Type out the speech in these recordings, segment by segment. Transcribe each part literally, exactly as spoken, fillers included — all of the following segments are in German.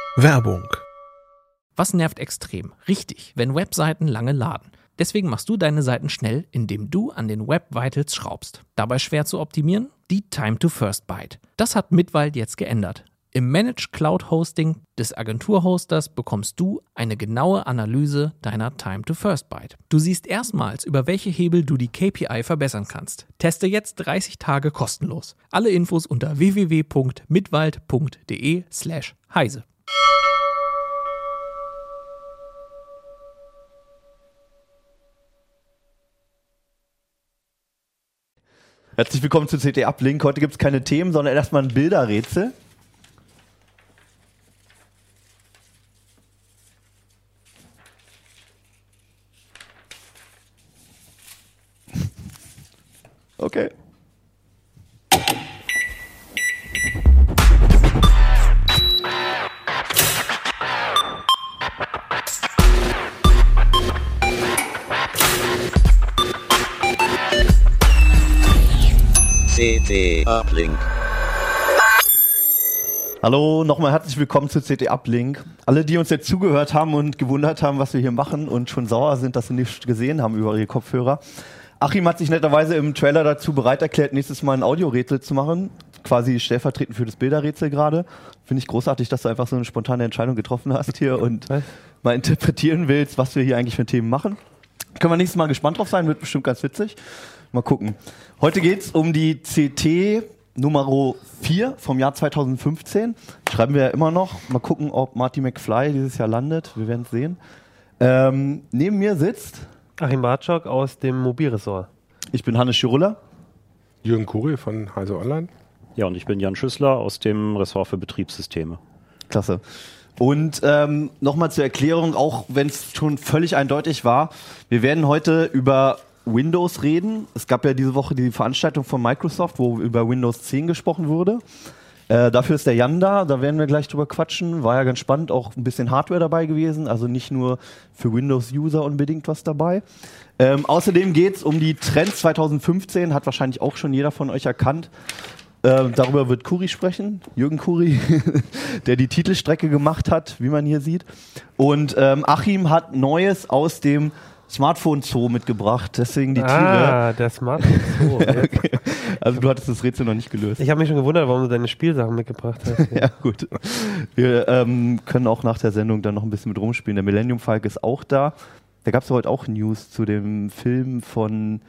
Werbung. Was nervt extrem? Richtig, wenn Webseiten lange laden. Deswegen machst du deine Seiten schnell, indem du an den Web Vitals schraubst. Dabei schwer zu optimieren? Die Time to First Byte. Das hat Midwald jetzt geändert. Im Managed Cloud Hosting des Agenturhosters bekommst du eine genaue Analyse deiner Time to First Byte. Du siehst erstmals, über welche Hebel du die K P I verbessern kannst. Teste jetzt dreißig Tage kostenlos. Alle Infos unter w w w punkt midwald punkt d e slash heise. Herzlich willkommen zu C T Uplink. Heute gibt es keine Themen, sondern erstmal ein Bilderrätsel. Okay. C T Uplink. Hallo, nochmal herzlich willkommen zu C T Uplink. Alle, die uns jetzt zugehört haben und gewundert haben, was wir hier machen und schon sauer sind, dass sie nicht gesehen haben über ihre Kopfhörer. Achim hat sich netterweise im Trailer dazu bereit erklärt, nächstes Mal ein Audiorätsel zu machen. Quasi stellvertretend für das Bilderrätsel gerade. Finde ich großartig, dass du einfach so eine spontane Entscheidung getroffen hast hier und was? mal interpretieren willst, was wir hier eigentlich für Themen machen. Können wir nächstes Mal gespannt drauf sein, wird bestimmt ganz witzig. Mal gucken. Heute geht's um die C T Nummer vier vom Jahr zweitausendfünfzehn. Schreiben wir ja immer noch. Mal gucken, ob Marty McFly dieses Jahr landet. Wir werden es sehen. Ähm, neben mir sitzt Achim Bartschok aus dem Mobilressort. Ich bin Hannes Schirulla. Jürgen Kuri von Heise Online. Ja, und ich bin Jan Schüssler aus dem Ressort für Betriebssysteme. Klasse. Und ähm, nochmal zur Erklärung, auch wenn es schon völlig eindeutig war, wir werden heute über Windows reden. Es gab ja diese Woche die Veranstaltung von Microsoft, wo über Windows zehn gesprochen wurde. Äh, dafür ist der Jan da, da werden wir gleich drüber quatschen. War ja ganz spannend, auch ein bisschen Hardware dabei gewesen, also nicht nur für Windows-User unbedingt was dabei. Ähm, außerdem geht es um die Trends zweitausendfünfzehn, hat wahrscheinlich auch schon jeder von euch erkannt. Äh, darüber wird Kuri sprechen, Jürgen Kuri, der die Titelstrecke gemacht hat, wie man hier sieht. Und ähm, Achim hat Neues aus dem Smartphone-Zoo mitgebracht, deswegen die Tiere. Ah, der Smartphone-Zoo. Okay. Also du hattest das Rätsel noch nicht gelöst. Ich habe mich schon gewundert, warum du deine Spielsachen mitgebracht hast. Ja, gut. Wir ähm, können auch nach der Sendung dann noch ein bisschen mit rumspielen. Der Millennium Falcon ist auch da. Da gab es heute auch News zu dem Film von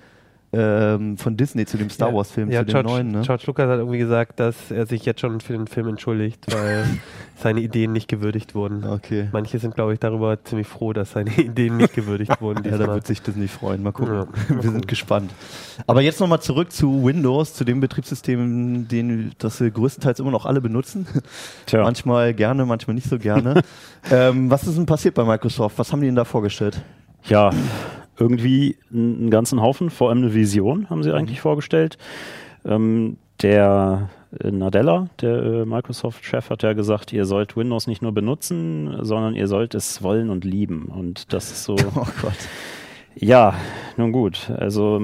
Ähm, von Disney, zu dem Star Wars Film, ja, zu dem George, neuen, ne? George Lucas hat irgendwie gesagt, dass er sich jetzt schon für den Film entschuldigt, weil seine Ideen nicht gewürdigt wurden. Okay. Manche sind, glaube ich, darüber ziemlich froh, dass seine Ideen nicht gewürdigt wurden. Ja, da wird sich Disney freuen. Mal gucken. Ja, mal wir sind gespannt. Aber jetzt nochmal zurück zu Windows, zu dem Betriebssystem, den, das wir größtenteils immer noch alle benutzen. Tja. Manchmal gerne, manchmal nicht so gerne. ähm, was ist denn passiert bei Microsoft? Was haben die denn da vorgestellt? Ja, irgendwie einen ganzen Haufen, vor allem eine Vision haben sie eigentlich vorgestellt. Ähm, der äh, Nadella, der äh, Microsoft-Chef, hat ja gesagt, ihr sollt Windows nicht nur benutzen, sondern ihr sollt es wollen und lieben. Und das ist so... Oh Gott. Ja, nun gut, also...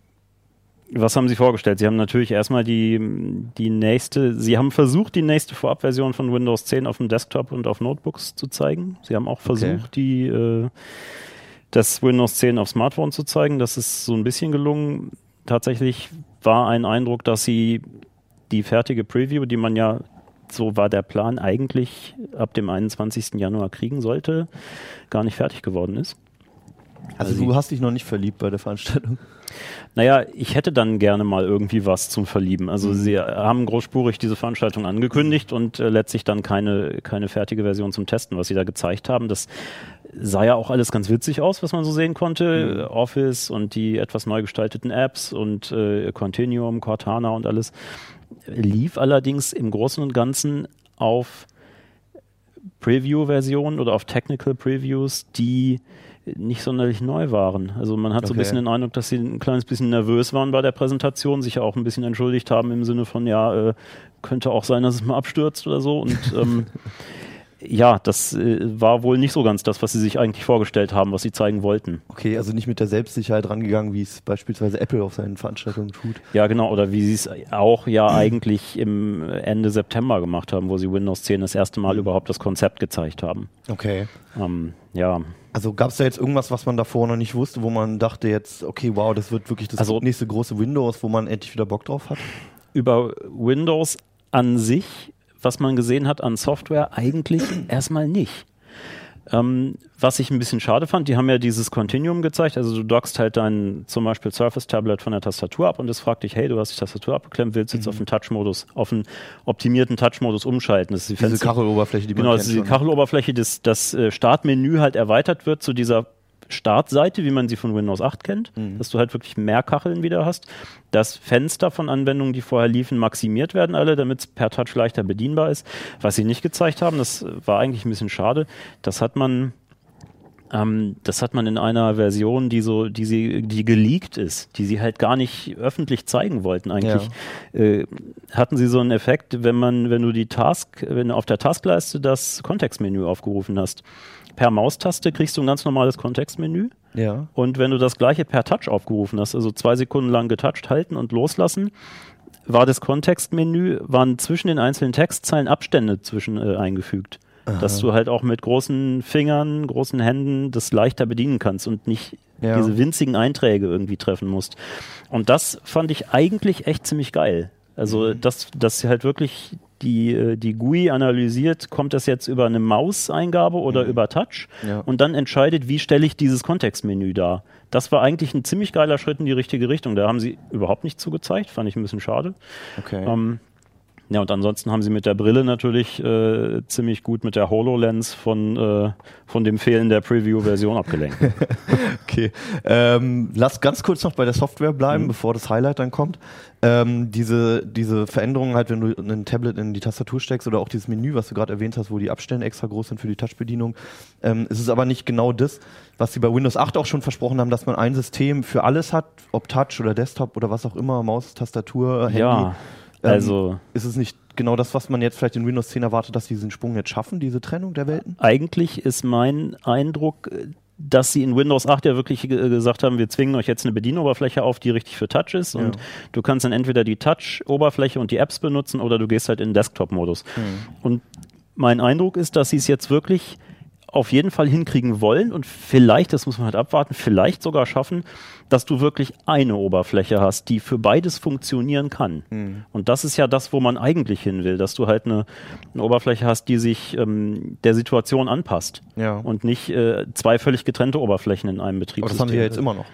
Was haben Sie vorgestellt? Sie haben natürlich erstmal die, die nächste, Sie haben versucht, die nächste Vorabversion von Windows zehn auf dem Desktop und auf Notebooks zu zeigen. Sie haben auch versucht, okay. die... Äh, das Windows zehn auf Smartphone zu zeigen. Das ist so ein bisschen gelungen. Tatsächlich war ein Eindruck, dass sie die fertige Preview, die man ja, so war der Plan, eigentlich ab dem einundzwanzigsten Januar kriegen sollte, gar nicht fertig geworden ist. Also, also du hast dich noch nicht verliebt bei der Veranstaltung? Naja, ich hätte dann gerne mal irgendwie was zum Verlieben. Also mhm. sie haben großspurig diese Veranstaltung angekündigt und äh, letztlich dann keine, keine fertige Version zum Testen, was sie da gezeigt haben. Das sah ja auch alles ganz witzig aus, was man so sehen konnte. Mhm. Office und die etwas neu gestalteten Apps und äh, Continuum, Cortana und alles. Lief allerdings im Großen und Ganzen auf Preview-Versionen oder auf Technical Previews, die nicht sonderlich neu waren. Also man hat okay. so ein bisschen den Eindruck, dass sie ein kleines bisschen nervös waren bei der Präsentation, sich ja auch ein bisschen entschuldigt haben im Sinne von, ja, äh, könnte auch sein, dass es mal abstürzt oder so. Und ähm, ja, das äh, war wohl nicht so ganz das, was sie sich eigentlich vorgestellt haben, was sie zeigen wollten. Okay, also nicht mit der Selbstsicherheit rangegangen, wie es beispielsweise Apple auf seinen Veranstaltungen tut. Ja, genau, oder wie sie es auch ja eigentlich im Ende September gemacht haben, wo sie Windows zehn das erste Mal überhaupt das Konzept gezeigt haben. Okay. Ähm, ja. Also gab es da jetzt irgendwas, was man davor noch nicht wusste, wo man dachte jetzt, okay, wow, das wird wirklich das also, nächste große Windows, wo man endlich wieder Bock drauf hat? Über Windows an sich, was man gesehen hat an Software, eigentlich erstmal nicht. Ähm, was ich ein bisschen schade fand, die haben ja dieses Continuum gezeigt, also du dockst halt dein zum Beispiel Surface-Tablet von der Tastatur ab und es fragt dich, hey, du hast die Tastatur abgeklemmt, willst du jetzt mhm. auf den Touch-Modus, auf einen optimierten Touch-Modus umschalten. Das ist die Diese Fenster- Kacheloberfläche, die man Genau, kennt das ist die schon. Kacheloberfläche, das, das äh, Startmenü halt erweitert wird zu dieser Startseite, wie man sie von Windows acht kennt, mhm. dass du halt wirklich mehr Kacheln wieder hast, dass Fenster von Anwendungen, die vorher liefen, maximiert werden alle, damit es per Touch leichter bedienbar ist. Was sie nicht gezeigt haben, das war eigentlich ein bisschen schade, das hat man ähm, das hat man in einer Version, die so, die sie, die geleakt ist, die sie halt gar nicht öffentlich zeigen wollten eigentlich, ja. äh, hatten sie so einen Effekt, wenn man, wenn du die Task, wenn du auf der Taskleiste das Kontextmenü aufgerufen hast, per Maustaste kriegst du ein ganz normales Kontextmenü. Ja. Und wenn du das gleiche per Touch aufgerufen hast, also zwei Sekunden lang getoucht halten und loslassen, war das Kontextmenü, waren zwischen den einzelnen Textzeilen Abstände zwischen äh, eingefügt. Aha. Dass du halt auch mit großen Fingern, großen Händen das leichter bedienen kannst und nicht ja. diese winzigen Einträge irgendwie treffen musst. Und das fand ich eigentlich echt ziemlich geil. Also, mhm. dass, dass halt wirklich die, die G U I analysiert, kommt das jetzt über eine Mauseingabe oder mhm. über Touch ja. und dann entscheidet, wie stelle ich dieses Kontextmenü dar. Das war eigentlich ein ziemlich geiler Schritt in die richtige Richtung. Da haben sie überhaupt nichts zugezeigt, fand ich ein bisschen schade. Okay. Ähm, ja, und ansonsten haben sie mit der Brille natürlich äh, ziemlich gut mit der HoloLens von, äh, von dem Fehlen der Preview-Version abgelenkt. Okay. Ähm, lass ganz kurz noch bei der Software bleiben, mhm. bevor das Highlight dann kommt. Ähm, diese, diese Veränderungen halt, wenn du ein Tablet in die Tastatur steckst oder auch dieses Menü, was du gerade erwähnt hast, wo die Abstände extra groß sind für die Touchbedienung, ähm, es ist aber nicht genau das, was sie bei Windows acht auch schon versprochen haben, dass man ein System für alles hat, ob Touch oder Desktop oder was auch immer, Maus, Tastatur, Handy. Ja. Also ähm, ist es nicht genau das, was man jetzt vielleicht in Windows zehn erwartet, dass sie diesen Sprung jetzt schaffen, diese Trennung der Welten? Eigentlich ist mein Eindruck, dass sie in Windows acht ja wirklich ge- gesagt haben, wir zwingen euch jetzt eine Bedienoberfläche auf, die richtig für Touch ist und ja. du kannst dann entweder die Touch-Oberfläche und die Apps benutzen oder du gehst halt in den Desktop-Modus. Mhm. Und mein Eindruck ist, dass sie es jetzt wirklich auf jeden Fall hinkriegen wollen und vielleicht, das muss man halt abwarten, vielleicht sogar schaffen, dass du wirklich eine Oberfläche hast, die für beides funktionieren kann. Mhm. Und das ist ja das, wo man eigentlich hin will, dass du halt eine, eine Oberfläche hast, die sich ähm, der Situation anpasst ja. und nicht äh, zwei völlig getrennte Oberflächen in einem Betriebssystem. Aber das haben sie ja jetzt immer noch.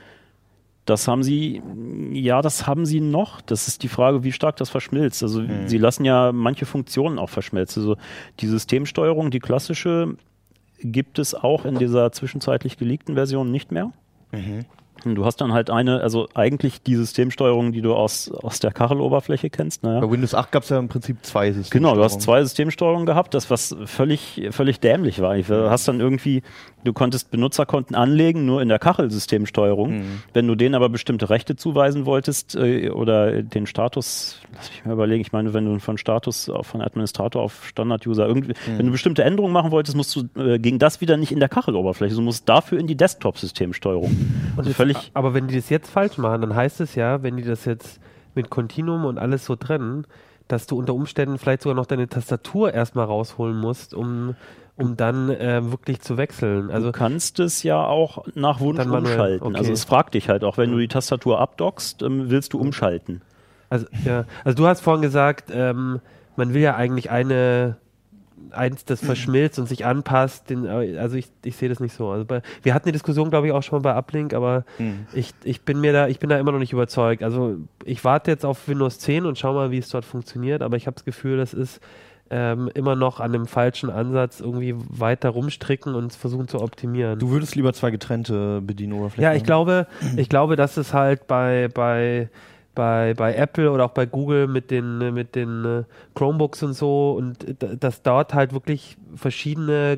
Das haben sie, ja, das haben sie noch. Das ist die Frage, wie stark das verschmilzt. Also mhm. sie lassen ja manche Funktionen auch verschmelzen. Also die Systemsteuerung, die klassische, gibt es auch in dieser zwischenzeitlich geleakten Version nicht mehr. Mhm. Du hast dann halt eine, also eigentlich die Systemsteuerung, die du aus, aus der Kacheloberfläche kennst. Naja. Bei Windows acht gab es ja im Prinzip zwei Systemsteuerungen. Genau, du hast zwei Systemsteuerungen gehabt, das was völlig, völlig dämlich war. Du hast dann irgendwie, du konntest Benutzerkonten anlegen, nur in der Kachelsystemsteuerung. Mhm. Wenn du denen aber bestimmte Rechte zuweisen wolltest äh, oder den Status, lass mich mal überlegen, ich meine, wenn du von Status auf, von Administrator auf Standard-User, irgendwie, mhm. wenn du bestimmte Änderungen machen wolltest, musst du, äh, ging das wieder nicht in der Kacheloberfläche, du musst dafür in die Desktop-Systemsteuerung. Und also völlig. Aber wenn die das jetzt falsch machen, dann heißt es ja, wenn die das jetzt mit Continuum und alles so trennen, dass du unter Umständen vielleicht sogar noch deine Tastatur erstmal rausholen musst, um, um dann äh, wirklich zu wechseln. Also du kannst es ja auch nach Wunsch dann manuell, umschalten. okay. Also es fragt dich halt auch, wenn du die Tastatur abdockst, ähm, willst du umschalten. Also, ja. also du hast vorhin gesagt, ähm, man will ja eigentlich eine eins, das verschmilzt und sich anpasst. Den, also ich, ich sehe das nicht so. Also bei, wir hatten die Diskussion, glaube ich, auch schon mal bei Uplink, aber mhm. ich, ich bin mir da, ich bin da immer noch nicht überzeugt. Also ich warte jetzt auf Windows zehn und schau mal, wie es dort funktioniert, aber ich habe das Gefühl, das ist ähm, immer noch an einem falschen Ansatz irgendwie weiter rumstricken und versuchen zu optimieren. Du würdest lieber zwei getrennte Bedienoberflächen Ja, ich glaube, ich glaube, dass es halt bei, bei Bei, bei Apple oder auch bei Google mit den, mit den äh, Chromebooks und so und d- dass dort halt wirklich verschiedene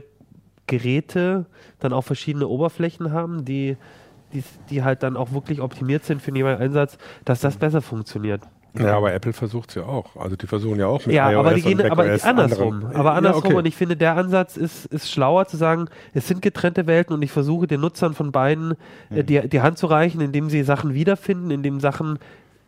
Geräte dann auch verschiedene Oberflächen haben, die, die, die halt dann auch wirklich optimiert sind für den jeweiligen Einsatz, dass das besser funktioniert. Ja, aber Apple versucht es ja auch. Also die versuchen ja auch mit ja, iOS aber die gehen und aber macOS andersrum. anderen. Aber andersrum Ja, okay. und ich finde, der Ansatz ist, ist schlauer zu sagen, es sind getrennte Welten und ich versuche den Nutzern von beiden äh, die, die Hand zu reichen, indem sie Sachen wiederfinden, indem Sachen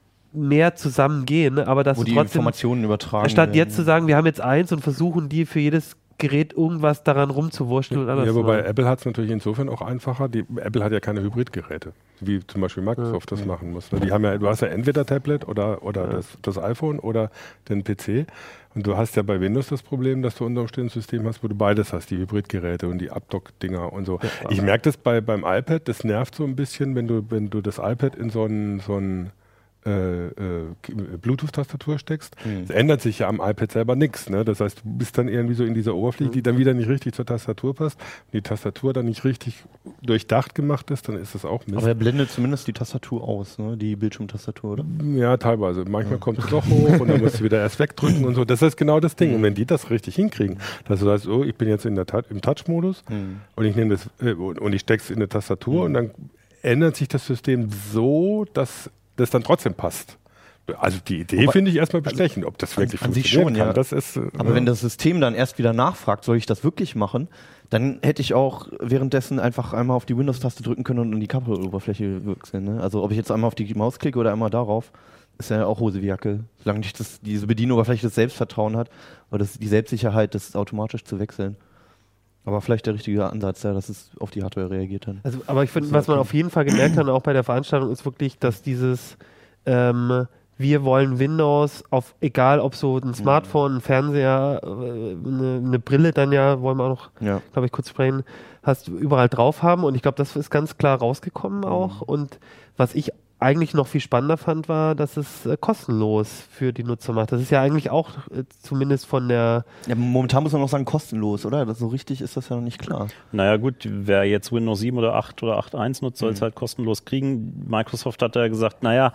mehr zusammengehen, aber dass Wo du die trotzdem, Informationen übertragen statt werden. jetzt zu sagen, wir haben jetzt eins und versuchen die für jedes Gerät irgendwas daran rumzuwurschteln und anders Ja, zu wobei machen. Apple hat es natürlich insofern auch einfacher. Die, Apple hat ja keine Hybridgeräte, wie zum Beispiel Microsoft Ja. das machen muss. Die haben ja, du hast ja entweder Tablet oder, oder Ja. das, das iPhone oder den P C. Und du hast ja bei Windows das Problem, dass du unter Umständen ein System hast, wo du beides hast, die Hybridgeräte und die Updock-Dinger und so. Ja. Ich merke das bei, beim iPad, das nervt so ein bisschen, wenn du, wenn du das iPad in so einen so einen Äh, äh, Bluetooth-Tastatur steckst. Mhm. Es ändert sich ja am iPad selber nichts. Ne? Das heißt, du bist dann irgendwie so in dieser Oberfläche, die dann wieder nicht richtig zur Tastatur passt. Wenn die Tastatur dann nicht richtig durchdacht gemacht ist, dann ist das auch Mist. Aber er blendet zumindest die Tastatur aus, ne? Die Bildschirmtastatur, oder? Ja, teilweise. Manchmal kommt es doch hoch und dann musst du wieder erst wegdrücken und so. Das ist genau das Ding. Und wenn die das richtig hinkriegen, dass du sagst, oh, ich bin jetzt in der Ta- im Touch-Modus Mhm. und ich nehme das äh, und ich stecke es in eine Tastatur und dann ändert sich das System so, dass das dann trotzdem passt. Also die Idee Aber- finde ich erstmal bestechend, ob das wirklich an sich funktionieren schon, kann. ja. Das ist, äh, Aber wenn das System dann erst wieder nachfragt, soll ich das wirklich machen, dann hätte ich auch währenddessen einfach einmal auf die Windows-Taste drücken können und in die Cover-Oberfläche wechseln. Ne? Also ob ich jetzt einmal auf die Maus klicke oder einmal darauf, ist ja auch Hose wie Jacke. Solange nicht das, diese Bedienoberfläche das Selbstvertrauen hat oder das, die Selbstsicherheit, das automatisch zu wechseln. Aber vielleicht der richtige Ansatz, ja, dass es auf die Hardware reagiert dann. Also, aber ich finde, was man auf jeden Fall gemerkt hat, auch bei der Veranstaltung, ist wirklich, dass dieses ähm, wir wollen Windows auf, egal ob so ein Smartphone, ein Fernseher, äh, eine, eine Brille dann ja, wollen wir auch noch, Ja. glaube ich, kurz sprechen, hast du überall drauf haben und ich glaube, das ist ganz klar rausgekommen auch und was ich eigentlich noch viel spannender fand, war, dass es äh, kostenlos für die Nutzer macht. Das ist ja eigentlich auch äh, zumindest von der Ja, momentan muss man noch sagen, kostenlos, oder? Das, so richtig ist das ja noch nicht klar. Naja gut, wer jetzt Windows sieben oder acht oder acht Punkt eins nutzt, soll es Mhm. halt kostenlos kriegen. Microsoft hat ja gesagt, naja,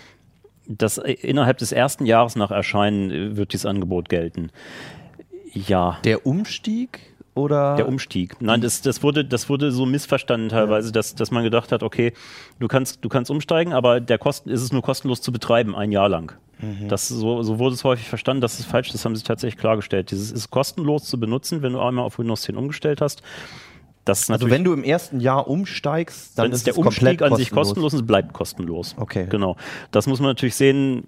das, äh, innerhalb des ersten Jahres nach Erscheinen äh, wird dieses Angebot gelten. Ja. Der Umstieg oder? Der Umstieg. Nein, das, das, wurde, das wurde so missverstanden teilweise, dass, dass man gedacht hat, okay, du kannst, du kannst umsteigen, aber der Kosten, ist es nur kostenlos zu betreiben, ein Jahr lang. Mhm. Das, so, so wurde es häufig verstanden, das ist falsch, das haben sie tatsächlich klargestellt. Dieses ist kostenlos zu benutzen, wenn du einmal auf Windows zehn umgestellt hast. Das ist Also natürlich, wenn du im ersten Jahr umsteigst, dann dann ist ist der es komplett Umstieg an sich kostenlos. kostenlos und es bleibt kostenlos. Okay. Genau. Das muss man natürlich sehen,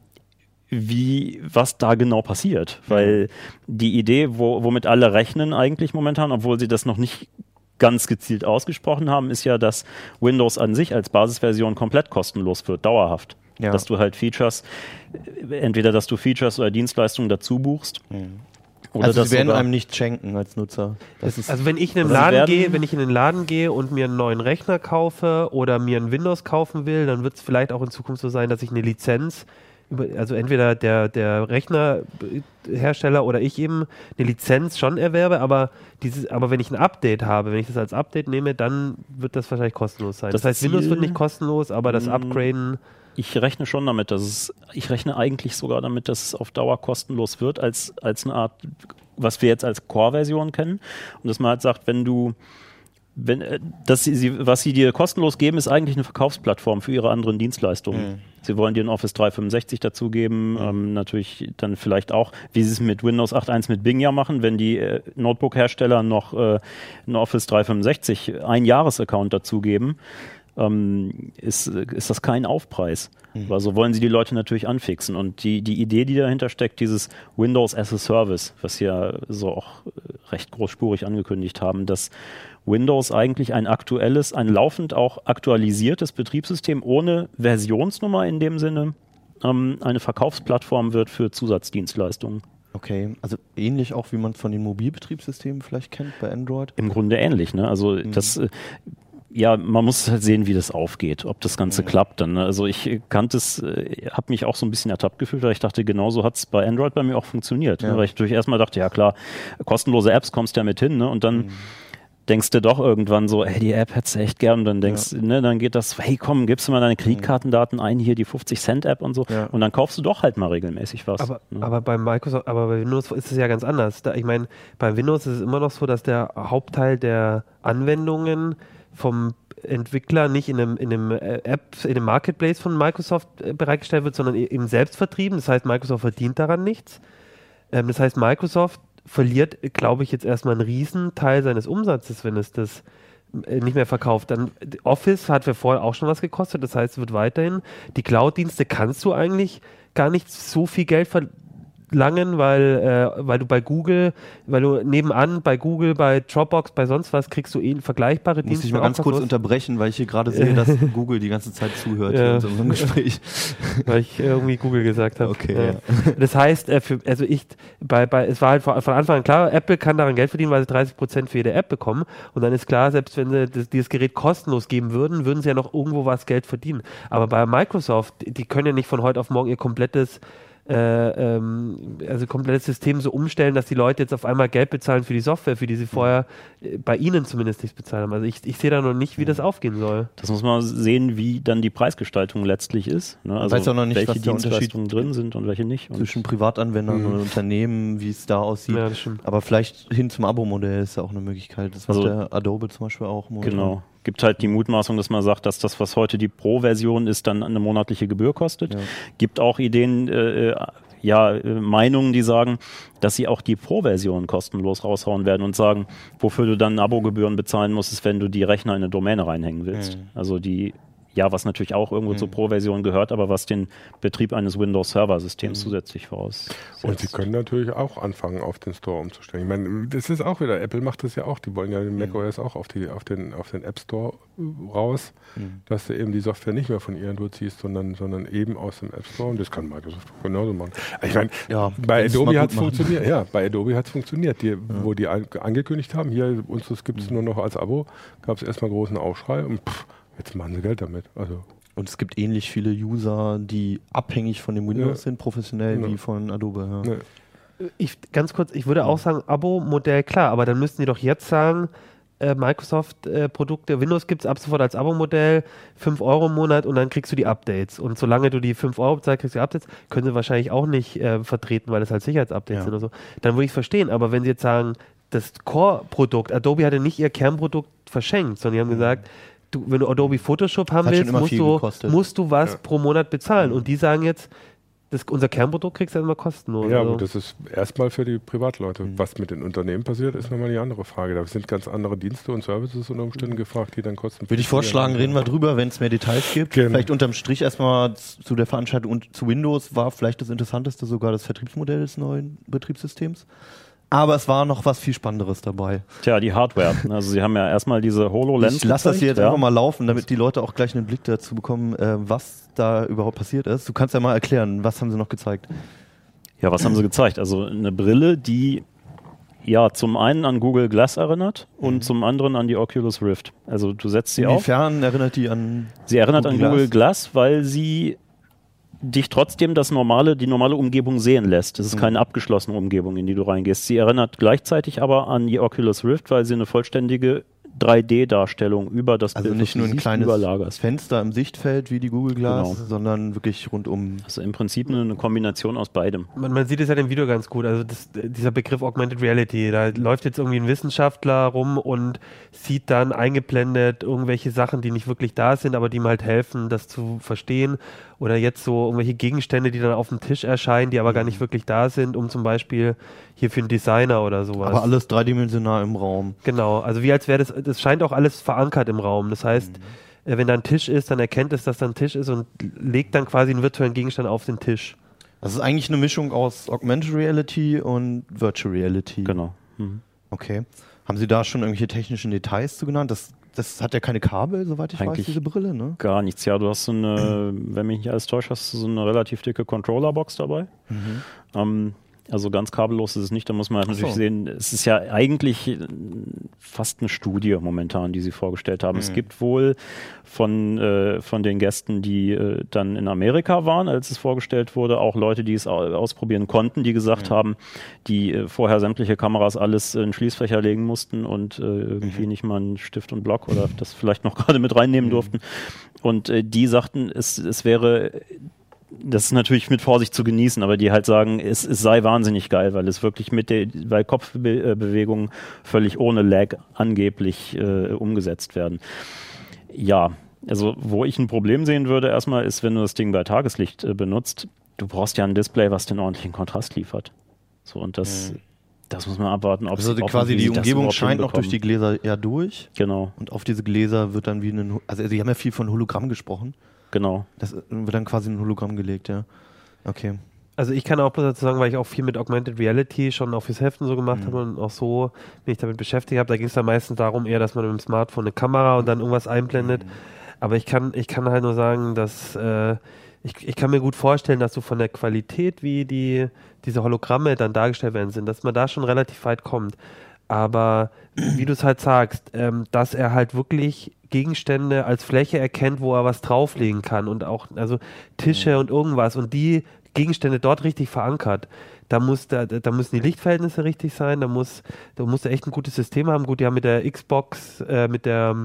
wie, was da genau passiert. Weil die Idee, wo, womit alle rechnen eigentlich momentan, obwohl sie das noch nicht ganz gezielt ausgesprochen haben, ist ja, dass Windows an sich als Basisversion komplett kostenlos wird, dauerhaft. Ja. Dass du halt Features, entweder dass du Features oder Dienstleistungen dazu buchst. Oder Also dass sie werden sogar- einem nicht schenken als Nutzer. Das ist Also wenn ich in den Also sie Laden werden- gehe, wenn ich in den Laden gehe und mir einen neuen Rechner kaufe oder mir ein Windows kaufen will, dann wird es vielleicht auch in Zukunft so sein, dass ich eine Lizenz über, also entweder der, der Rechnerhersteller oder ich eben eine Lizenz schon erwerbe, aber dieses, aber wenn ich ein Update habe, wenn ich das als Update nehme, dann wird das wahrscheinlich kostenlos sein. Das, Das heißt, Windows Ziel- wird nicht kostenlos, aber das Mm. Upgraden. Ich rechne schon damit, dass es, ich rechne eigentlich sogar damit, dass es auf Dauer kostenlos wird, als, als eine Art, was wir jetzt als Core-Version kennen. Und dass man halt sagt, wenn du, wenn, äh, dass sie, sie, was sie dir kostenlos geben, ist eigentlich eine Verkaufsplattform für ihre anderen Dienstleistungen. Mhm. Sie wollen dir ein Office dreihundertfünfundsechzig dazugeben, ähm, natürlich dann vielleicht auch, wie sie es mit Windows acht Punkt eins mit Bing ja machen, wenn die äh, Notebook-Hersteller noch äh, ein Office dreihundertfünfundsechzig Ein-Jahres-Account dazugeben, ähm, ist, ist das kein Aufpreis. Mhm. Aber so wollen sie die Leute natürlich anfixen. Und die, die Idee, die dahinter steckt, dieses Windows as a Service, was sie ja so auch äh, recht großspurig angekündigt haben, dass Windows eigentlich ein aktuelles, ein laufend auch aktualisiertes Betriebssystem ohne Versionsnummer in dem Sinne ähm, eine Verkaufsplattform wird für Zusatzdienstleistungen. okay, also ähnlich auch, wie man es von den Mobilbetriebssystemen vielleicht kennt bei Android. Im Grunde ähnlich, ne? Also das, äh, ja, man muss halt sehen, wie das aufgeht, ob das Ganze Mhm. klappt dann. Ne? Also ich kannte es, äh, habe mich auch so ein bisschen ertappt gefühlt, weil ich dachte, genauso hat es bei Android bei mir auch funktioniert. Ja. Ne? Weil ich natürlich erstmal dachte, ja klar, kostenlose Apps kommst ja mit hin, ne? Und dann Mhm. denkst du doch irgendwann so, hey, die App hättest du echt gern. Und dann denkst, ne, dann geht das, hey komm, gibst du mal deine Kreditkartendaten ein, hier die fünfzig Cent App und so. Ja. Und dann kaufst du doch halt mal regelmäßig was. Aber, ne? aber bei Microsoft, aber bei Windows ist es ja ganz anders. Da, ich meine, bei Windows ist es immer noch so, dass der Hauptteil der Anwendungen vom Entwickler nicht in einem, in einem App, in einem Marketplace von Microsoft bereitgestellt wird, sondern eben selbst vertrieben. Das heißt, Microsoft verdient daran nichts. Ähm, das heißt, Microsoft verliert, glaube ich, jetzt erstmal einen Riesenteil seines Umsatzes, wenn es das nicht mehr verkauft. Dann Office hat für vorher auch schon was gekostet, das heißt, es wird weiterhin. Die Cloud-Dienste kannst du eigentlich gar nicht so viel Geld verlangen, weil, äh, weil du bei Google, weil du nebenan bei Google, bei Dropbox, bei sonst was kriegst du eh vergleichbare Muss Dienste. ich mal ganz kurz los. unterbrechen, weil ich hier gerade sehe, dass Google die ganze Zeit zuhört Ja. in unserem Gespräch. Weil ich irgendwie Google gesagt habe. Okay, Ja. ja. Das heißt, äh, für, also ich, bei, bei, es war halt von von Anfang an klar, Apple kann daran Geld verdienen, weil sie dreißig Prozent für jede App bekommen. Und dann ist klar, selbst wenn sie das, dieses Gerät kostenlos geben würden, würden sie ja noch irgendwo was Geld verdienen. Aber bei Microsoft, die, die können ja nicht von heute auf morgen ihr komplettes Äh, ähm, also komplettes System so umstellen, dass die Leute jetzt auf einmal Geld bezahlen für die Software, für die sie vorher äh, bei ihnen zumindest nichts bezahlt haben. Also ich, ich sehe da noch nicht, wie das aufgehen soll. Das muss man sehen, wie dann die Preisgestaltung letztlich ist. Ne? Also weiß auch noch nicht, welche was der Dienstleistungen drin sind und welche nicht. Und Zwischen Privatanwendern Mhm. und Unternehmen, wie es da aussieht. Ja, das stimmt. Aber vielleicht hin zum Abo-Modell ist ja auch eine Möglichkeit. Das macht Also- der Adobe zum Beispiel auch. momentan. Genau. Gibt halt die Mutmaßung, dass man sagt, dass das, was heute die Pro-Version ist, dann eine monatliche Gebühr kostet. Ja. Gibt auch Ideen, äh, ja, äh, Meinungen, die sagen, dass sie auch die Pro-Version kostenlos raushauen werden und sagen, wofür du dann Abogebühren bezahlen musst, ist, wenn du die Rechner in eine Domäne reinhängen willst. Mhm. Also die, ja, was natürlich auch irgendwo Mhm. zur Pro-Version gehört, aber was den Betrieb eines Windows-Server-Systems Mhm. zusätzlich voraussetzt. Und sie können natürlich auch anfangen, auf den Store umzustellen. Ich meine, das ist auch wieder, Apple macht das ja auch, die wollen ja den macOS auch auf, die, auf, den, auf den App Store raus, Mhm. dass du eben die Software nicht mehr von ihr ziehst, sondern, sondern eben aus dem App Store. Und das kann Microsoft genauso machen. Ich meine, Ja, bei wenn sie es Adobe mal hat es gut machen. funktioniert. Ja, bei Adobe hat es funktioniert. Die, Wo die an, angekündigt haben, hier, uns das gibt es nur noch als Abo, gab es erstmal großen Aufschrei und pff, jetzt machen sie Geld damit. Also Und es gibt ähnlich viele User, die abhängig von dem Windows Ja. sind, professionell, Ja. wie von Adobe. Ja. ne. Ich, ganz kurz, ich würde auch sagen, Abo-Modell, klar, aber dann müssten die doch jetzt sagen, äh, Microsoft-Produkte, Windows gibt es ab sofort als Abo-Modell, fünf Euro im Monat und dann kriegst du die Updates. Und solange du die fünf Euro bezahlst, kriegst du die Updates, können sie wahrscheinlich auch nicht äh, vertreten, weil das halt Sicherheitsupdates Ja. sind oder so. Dann würde ich es verstehen, aber wenn sie jetzt sagen, das Core-Produkt, Adobe hatte nicht ihr Kernprodukt verschenkt, sondern die haben gesagt, du, wenn du Adobe Photoshop haben Hat schon willst, immer musst viel du, gekostet. musst du was Ja. pro Monat bezahlen. Und die sagen jetzt, das, unser Kernprodukt kriegst du immer kostenlos. Ja, Also- gut, das ist erstmal für die Privatleute. Mhm. Was mit den Unternehmen passiert, ist nochmal die andere Frage. Da sind ganz andere Dienste und Services unter Umständen gefragt, die dann kosten. Würde ich vorschlagen, reden wir drüber, wenn es mehr Details gibt. Gerne. Vielleicht unterm Strich erstmal zu der Veranstaltung und zu Windows war vielleicht das Interessanteste sogar das Vertriebsmodell des neuen Betriebssystems. Aber es war noch was viel Spannenderes dabei. Tja, die Hardware. Also sie haben ja erstmal diese HoloLens. Ich lasse das hier jetzt gezeigt, einfach mal laufen, damit die Leute auch gleich einen Blick dazu bekommen, äh, was da überhaupt passiert ist. Du kannst ja mal erklären, was haben sie noch gezeigt? Ja, was haben sie gezeigt? Also eine Brille, die ja zum einen an Google Glass erinnert und Mhm. zum anderen an die Oculus Rift. Also du setzt sie auf. Inwiefern erinnert die an... Sie erinnert Google an Google Glass? Glass, weil sie dich trotzdem das normale, die normale Umgebung sehen lässt. Es ist Mhm. keine abgeschlossene Umgebung, in die du reingehst. Sie erinnert gleichzeitig aber an die Oculus Rift, weil sie eine vollständige drei D-Darstellung über das Also Bild, nicht was du nur ein siehst, kleines überlagerst. Fenster im Sichtfeld wie die Google Glass, Genau. sondern wirklich rundum. Also im Prinzip eine, eine Kombination aus beidem. Man, man sieht es ja im Video ganz gut, also das, dieser Begriff Augmented Reality, da läuft jetzt irgendwie ein Wissenschaftler rum und sieht dann eingeblendet irgendwelche Sachen, die nicht wirklich da sind, aber die ihm halt helfen, das zu verstehen. Oder jetzt so irgendwelche Gegenstände, die dann auf dem Tisch erscheinen, die aber gar nicht wirklich da sind, um zum Beispiel hier für einen Designer oder sowas. Aber alles dreidimensional im Raum. Genau, also wie als wäre das, das scheint auch alles verankert im Raum. Das heißt, äh, wenn da ein Tisch ist, dann erkennt es, dass da ein Tisch ist und legt dann quasi einen virtuellen Gegenstand auf den Tisch. Das ist eigentlich eine Mischung aus Augmented Reality und Virtual Reality. Genau. Mhm. Okay. Haben Sie da schon irgendwelche technischen Details zu genannt? Das, das hat ja keine Kabel, soweit ich weiß, Eigentlich diese Brille, ne? Gar nichts. Ja, du hast so eine, wenn mich nicht alles täuscht, hast du so eine relativ dicke Controller-Box dabei. Mhm. Ähm, also ganz kabellos ist es nicht, da muss man halt Ach so. natürlich sehen, es ist ja eigentlich äh, fast eine Studie momentan, die sie vorgestellt haben. Mhm. Es gibt wohl von, äh, von den Gästen, die äh, dann in Amerika waren, als es vorgestellt wurde, auch Leute, die es au- ausprobieren konnten, die gesagt Mhm. haben, die äh, vorher sämtliche Kameras alles in Schließfächer legen mussten und äh, irgendwie Mhm. nicht mal einen Stift und Block oder das vielleicht noch gerade mit reinnehmen Mhm. durften. Und äh, die sagten, es, es wäre das ist natürlich mit Vorsicht zu genießen, aber die halt sagen, es, es sei wahnsinnig geil, weil es wirklich mit der, weil Kopfbewegungen völlig ohne Lag angeblich äh, umgesetzt werden. Ja, also wo ich ein Problem sehen würde erstmal ist, wenn du das Ding bei Tageslicht äh, benutzt, du brauchst ja ein Display, was den ordentlichen Kontrast liefert. So, und das, mhm. das muss man abwarten, ob also sie quasi die Umgebung scheint noch durch die Gläser ja durch. Genau. Und auf diese Gläser wird dann wie ein, also sie haben ja viel von Hologramm gesprochen. Genau. Das wird dann quasi ein Hologramm gelegt, ja. Okay. Also ich kann auch bloß dazu sagen, weil ich auch viel mit Augmented Reality schon auch fürs Heften so gemacht mhm. habe und auch so mich damit beschäftigt habe. Da ging es dann meistens darum eher, dass man mit dem Smartphone eine Kamera und dann irgendwas einblendet. Mhm. Aber ich kann, ich kann halt nur sagen, dass äh, ich, ich kann mir gut vorstellen, dass so von der Qualität, wie die diese Hologramme dann dargestellt werden sind, dass man da schon relativ weit kommt. Aber wie du es halt sagst, ähm, dass er halt wirklich Gegenstände als Fläche erkennt, wo er was drauflegen kann und auch also Tische mhm. und irgendwas und die Gegenstände dort richtig verankert. Da, muss, da, da müssen die Lichtverhältnisse richtig sein, da muss, da muss er echt ein gutes System haben. Gut, die haben mit der Xbox, äh, mit der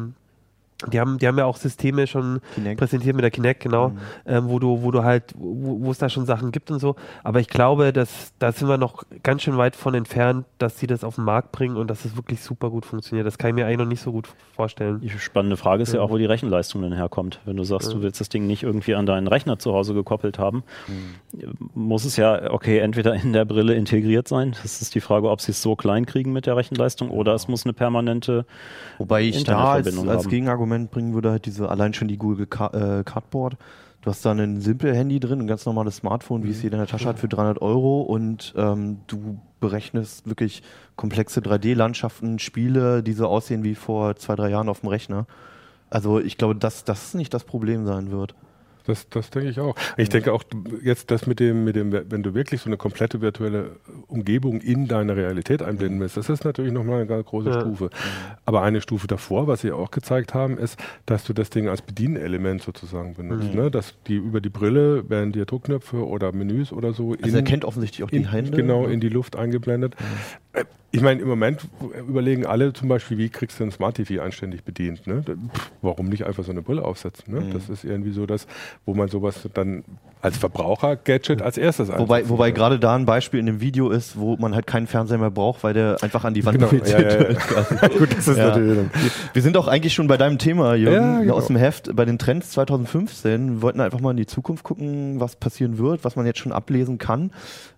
Die haben, die haben ja auch Systeme schon Kinect. präsentiert mit der Kinect, genau, mhm. ähm, wo du, wo du halt, wo, wo es da schon Sachen gibt und so. Aber ich glaube, dass da sind wir noch ganz schön weit von entfernt, dass sie das auf den Markt bringen und dass es wirklich super gut funktioniert. Das kann ich mir eigentlich noch nicht so gut vorstellen. Die spannende Frage ist ja, ja auch, wo die Rechenleistung denn herkommt. Wenn du sagst, ja. du willst das Ding nicht irgendwie an deinen Rechner zu Hause gekoppelt haben, mhm. muss es ja, okay, entweder in der Brille integriert sein. Das ist die Frage, ob sie es so klein kriegen mit der Rechenleistung oder es muss eine permanente Wobei ich da als, als Gegenargument bringen würde halt diese, allein schon die Google Car- äh, Cardboard. Du hast da ein simpel Handy drin, ein ganz normales Smartphone, wie es jeder in der Tasche hat, für dreihundert Euro und ähm, du berechnest wirklich komplexe drei D-Landschaften, Spiele, die so aussehen wie vor zwei, drei Jahren auf dem Rechner. Also ich glaube, dass das nicht das Problem sein wird. Das, das denke ich auch. Ich denke auch jetzt, das mit dem, mit dem, wenn du wirklich so eine komplette virtuelle Umgebung in deine Realität einblenden willst, das ist natürlich nochmal eine ganz große ja. Stufe. Aber eine Stufe davor, was sie auch gezeigt haben, ist, dass du das Ding als Bedienelement sozusagen benutzt. Mhm. Ne? Dass die über die Brille werden dir Druckknöpfe oder Menüs oder so. Also in, er kennt offensichtlich auch die in, Hände. Genau, in die Luft eingeblendet. Mhm. Ich meine, im Moment überlegen alle zum Beispiel, wie kriegst du ein Smart T V anständig bedient? Ne? Pff, warum nicht einfach so eine Brille aufsetzen? Ne? Mhm. Das ist irgendwie so das, wo man sowas dann als Verbraucher-Gadget als erstes einsetzt. Wobei, wobei gerade da ein Beispiel in dem Video ist, wo man halt keinen Fernseher mehr braucht, weil der einfach an die Wand genau, ja, ja, ja. Gut, das ist ja. natürlich wir, wir sind auch eigentlich schon bei deinem Thema, Jürgen, ja, genau. aus dem Heft, bei den Trends zwanzig fünfzehn. Wir wollten einfach mal in die Zukunft gucken, was passieren wird, was man jetzt schon ablesen kann.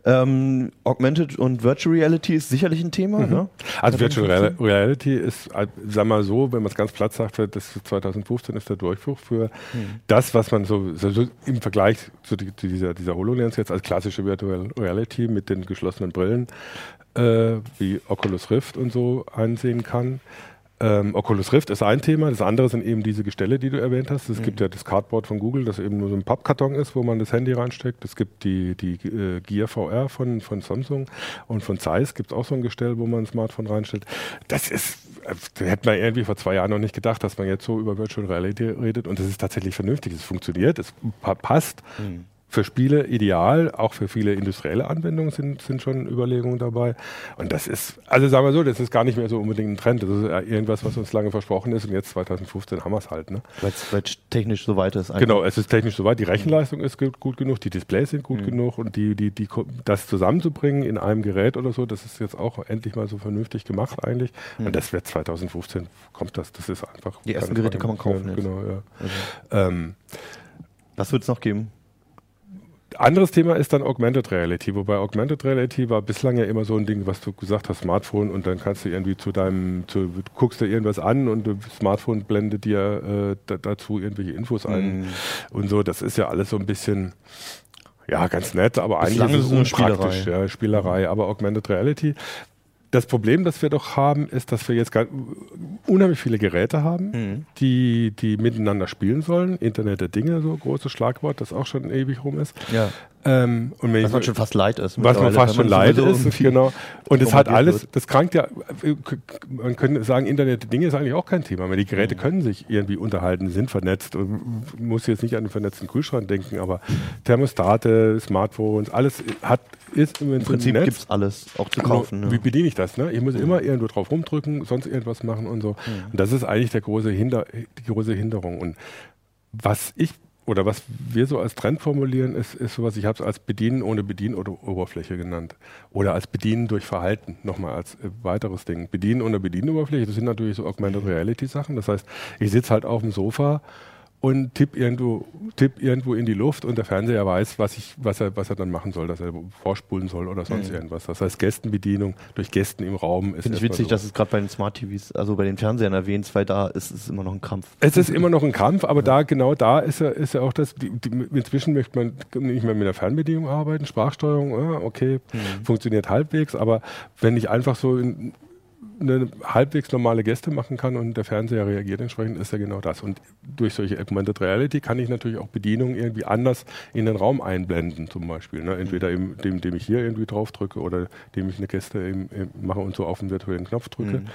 Ähm, Augmented und Virtual Reality ist sicherlich ein Thema. Mhm. Ne? Also Virtual Real- Reality ist, sag mal so, wenn man es ganz platt sagt, das zwanzig fünfzehn ist der Durchbruch für mhm. das, was man so, so, so im Vergleich zu die, dieser, dieser HoloLens jetzt als klassische Virtual Reality mit den geschlossenen Brillen äh, wie Oculus Rift und so ansehen kann. Ähm, Oculus Rift ist ein Thema, das andere sind eben diese Gestelle, die du erwähnt hast. Es mhm. gibt ja das Cardboard von Google, das eben nur so ein Pappkarton ist, wo man das Handy reinsteckt. Es gibt die, die äh, Gear V R von, von Samsung und von Zeiss gibt es auch so ein Gestell, wo man ein Smartphone reinstellt. Das ist, da hätte man irgendwie vor zwei Jahren noch nicht gedacht, dass man jetzt so über Virtual Reality redet und das ist tatsächlich vernünftig, es funktioniert, es pa- passt. Mhm. Für Spiele ideal, auch für viele industrielle Anwendungen sind, sind schon Überlegungen dabei. Und das ist, also sagen wir so, das ist gar nicht mehr so unbedingt ein Trend. Das ist irgendwas, was uns lange versprochen ist und jetzt zwanzig fünfzehn haben wir es halt. Ne? Weil es technisch so weit ist. Einfach. Genau, es ist technisch so weit. Die Rechenleistung ist gut genug, die Displays sind gut mhm. genug und die, die, die, das zusammenzubringen in einem Gerät oder so, das ist jetzt auch endlich mal so vernünftig gemacht eigentlich. Mhm. Und das wird zwanzig fünfzehn, kommt das, das ist einfach. Die ersten Geräte kann man kaufen. Ja, genau, ja. Also. Ähm, was wird es noch geben? Anderes Thema ist dann Augmented Reality, wobei Augmented Reality war bislang ja immer so ein Ding, was du gesagt hast, Smartphone und dann kannst du irgendwie zu deinem, zu, du guckst dir irgendwas an und das Smartphone blendet dir äh, da, dazu irgendwelche Infos ein mm. und so. Das ist ja alles so ein bisschen, ja, ganz nett, aber eigentlich bislang ist es unpraktisch, Spielerei. Ja, Spielerei. Aber Augmented Reality, das Problem, das wir doch haben, ist, dass wir jetzt ganz unheimlich viele Geräte haben, mhm. die, die miteinander spielen sollen. Internet der Dinge, so großes Schlagwort, das auch schon ewig rum ist. Ja. Ähm, und was man schon fast leid ist. Was man fast schon leid ist, genau. Und es hat alles, das krankt ja, man könnte sagen, Internet der Dinge ist eigentlich auch kein Thema, weil die Geräte mhm. können sich irgendwie unterhalten, sind vernetzt und muss jetzt nicht an den vernetzten Kühlschrank denken, aber Thermostate, Smartphones, alles hat, ist im, Im Prinzip gibt es alles auch zu kaufen. Genau. Wie bediene ich das? Ne? Ich muss mhm. immer irgendwo drauf rumdrücken, sonst irgendwas machen und so. Mhm. Und das ist eigentlich der große Hinder, die große Hinderung. Und was ich oder was wir so als Trend formulieren, ist, ist sowas, ich habe es als Bedienen ohne Bedienoberfläche genannt. Oder als Bedienen durch Verhalten, nochmal als äh, weiteres Ding. Bedienen ohne Bedienoberfläche, das sind natürlich so Augmented Reality Sachen. Das heißt, ich sitze halt auf dem Sofa und tipp irgendwo, tipp irgendwo in die Luft und der Fernseher weiß, was, ich, was, er, was er dann machen soll, dass er vorspulen soll oder sonst mhm. irgendwas. Das heißt, Gästenbedienung durch Gästen im Raum ist. Finde ich witzig, so. Dass es gerade bei den Smart T Vs, also bei den Fernsehern erwähnt, weil da ist es immer noch ein Kampf. Es ist immer noch ein Kampf, aber ja. da, genau da ist ja, ist ja auch das, die, die, inzwischen möchte man nicht mehr mit der Fernbedienung arbeiten, Sprachsteuerung, ja, okay, mhm. funktioniert halbwegs, aber wenn ich einfach so in, eine halbwegs normale Gäste machen kann und der Fernseher reagiert entsprechend, ist ja genau das. Und durch solche Augmented Reality kann ich natürlich auch Bedienungen irgendwie anders in den Raum einblenden, zum Beispiel. Ne? Entweder im, dem, indem ich hier irgendwie drauf drücke oder indem ich eine Gäste im, im mache und so auf den virtuellen Knopf drücke. Mhm.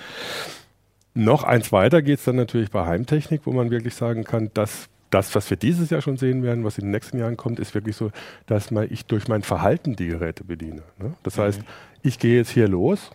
Noch eins weiter geht es dann natürlich bei Heimtechnik, wo man wirklich sagen kann, dass das, was wir dieses Jahr schon sehen werden, was in den nächsten Jahren kommt, ist wirklich so, dass man, ich durch mein Verhalten die Geräte bediene. Ne? Das heißt, mhm. ich gehe jetzt hier los,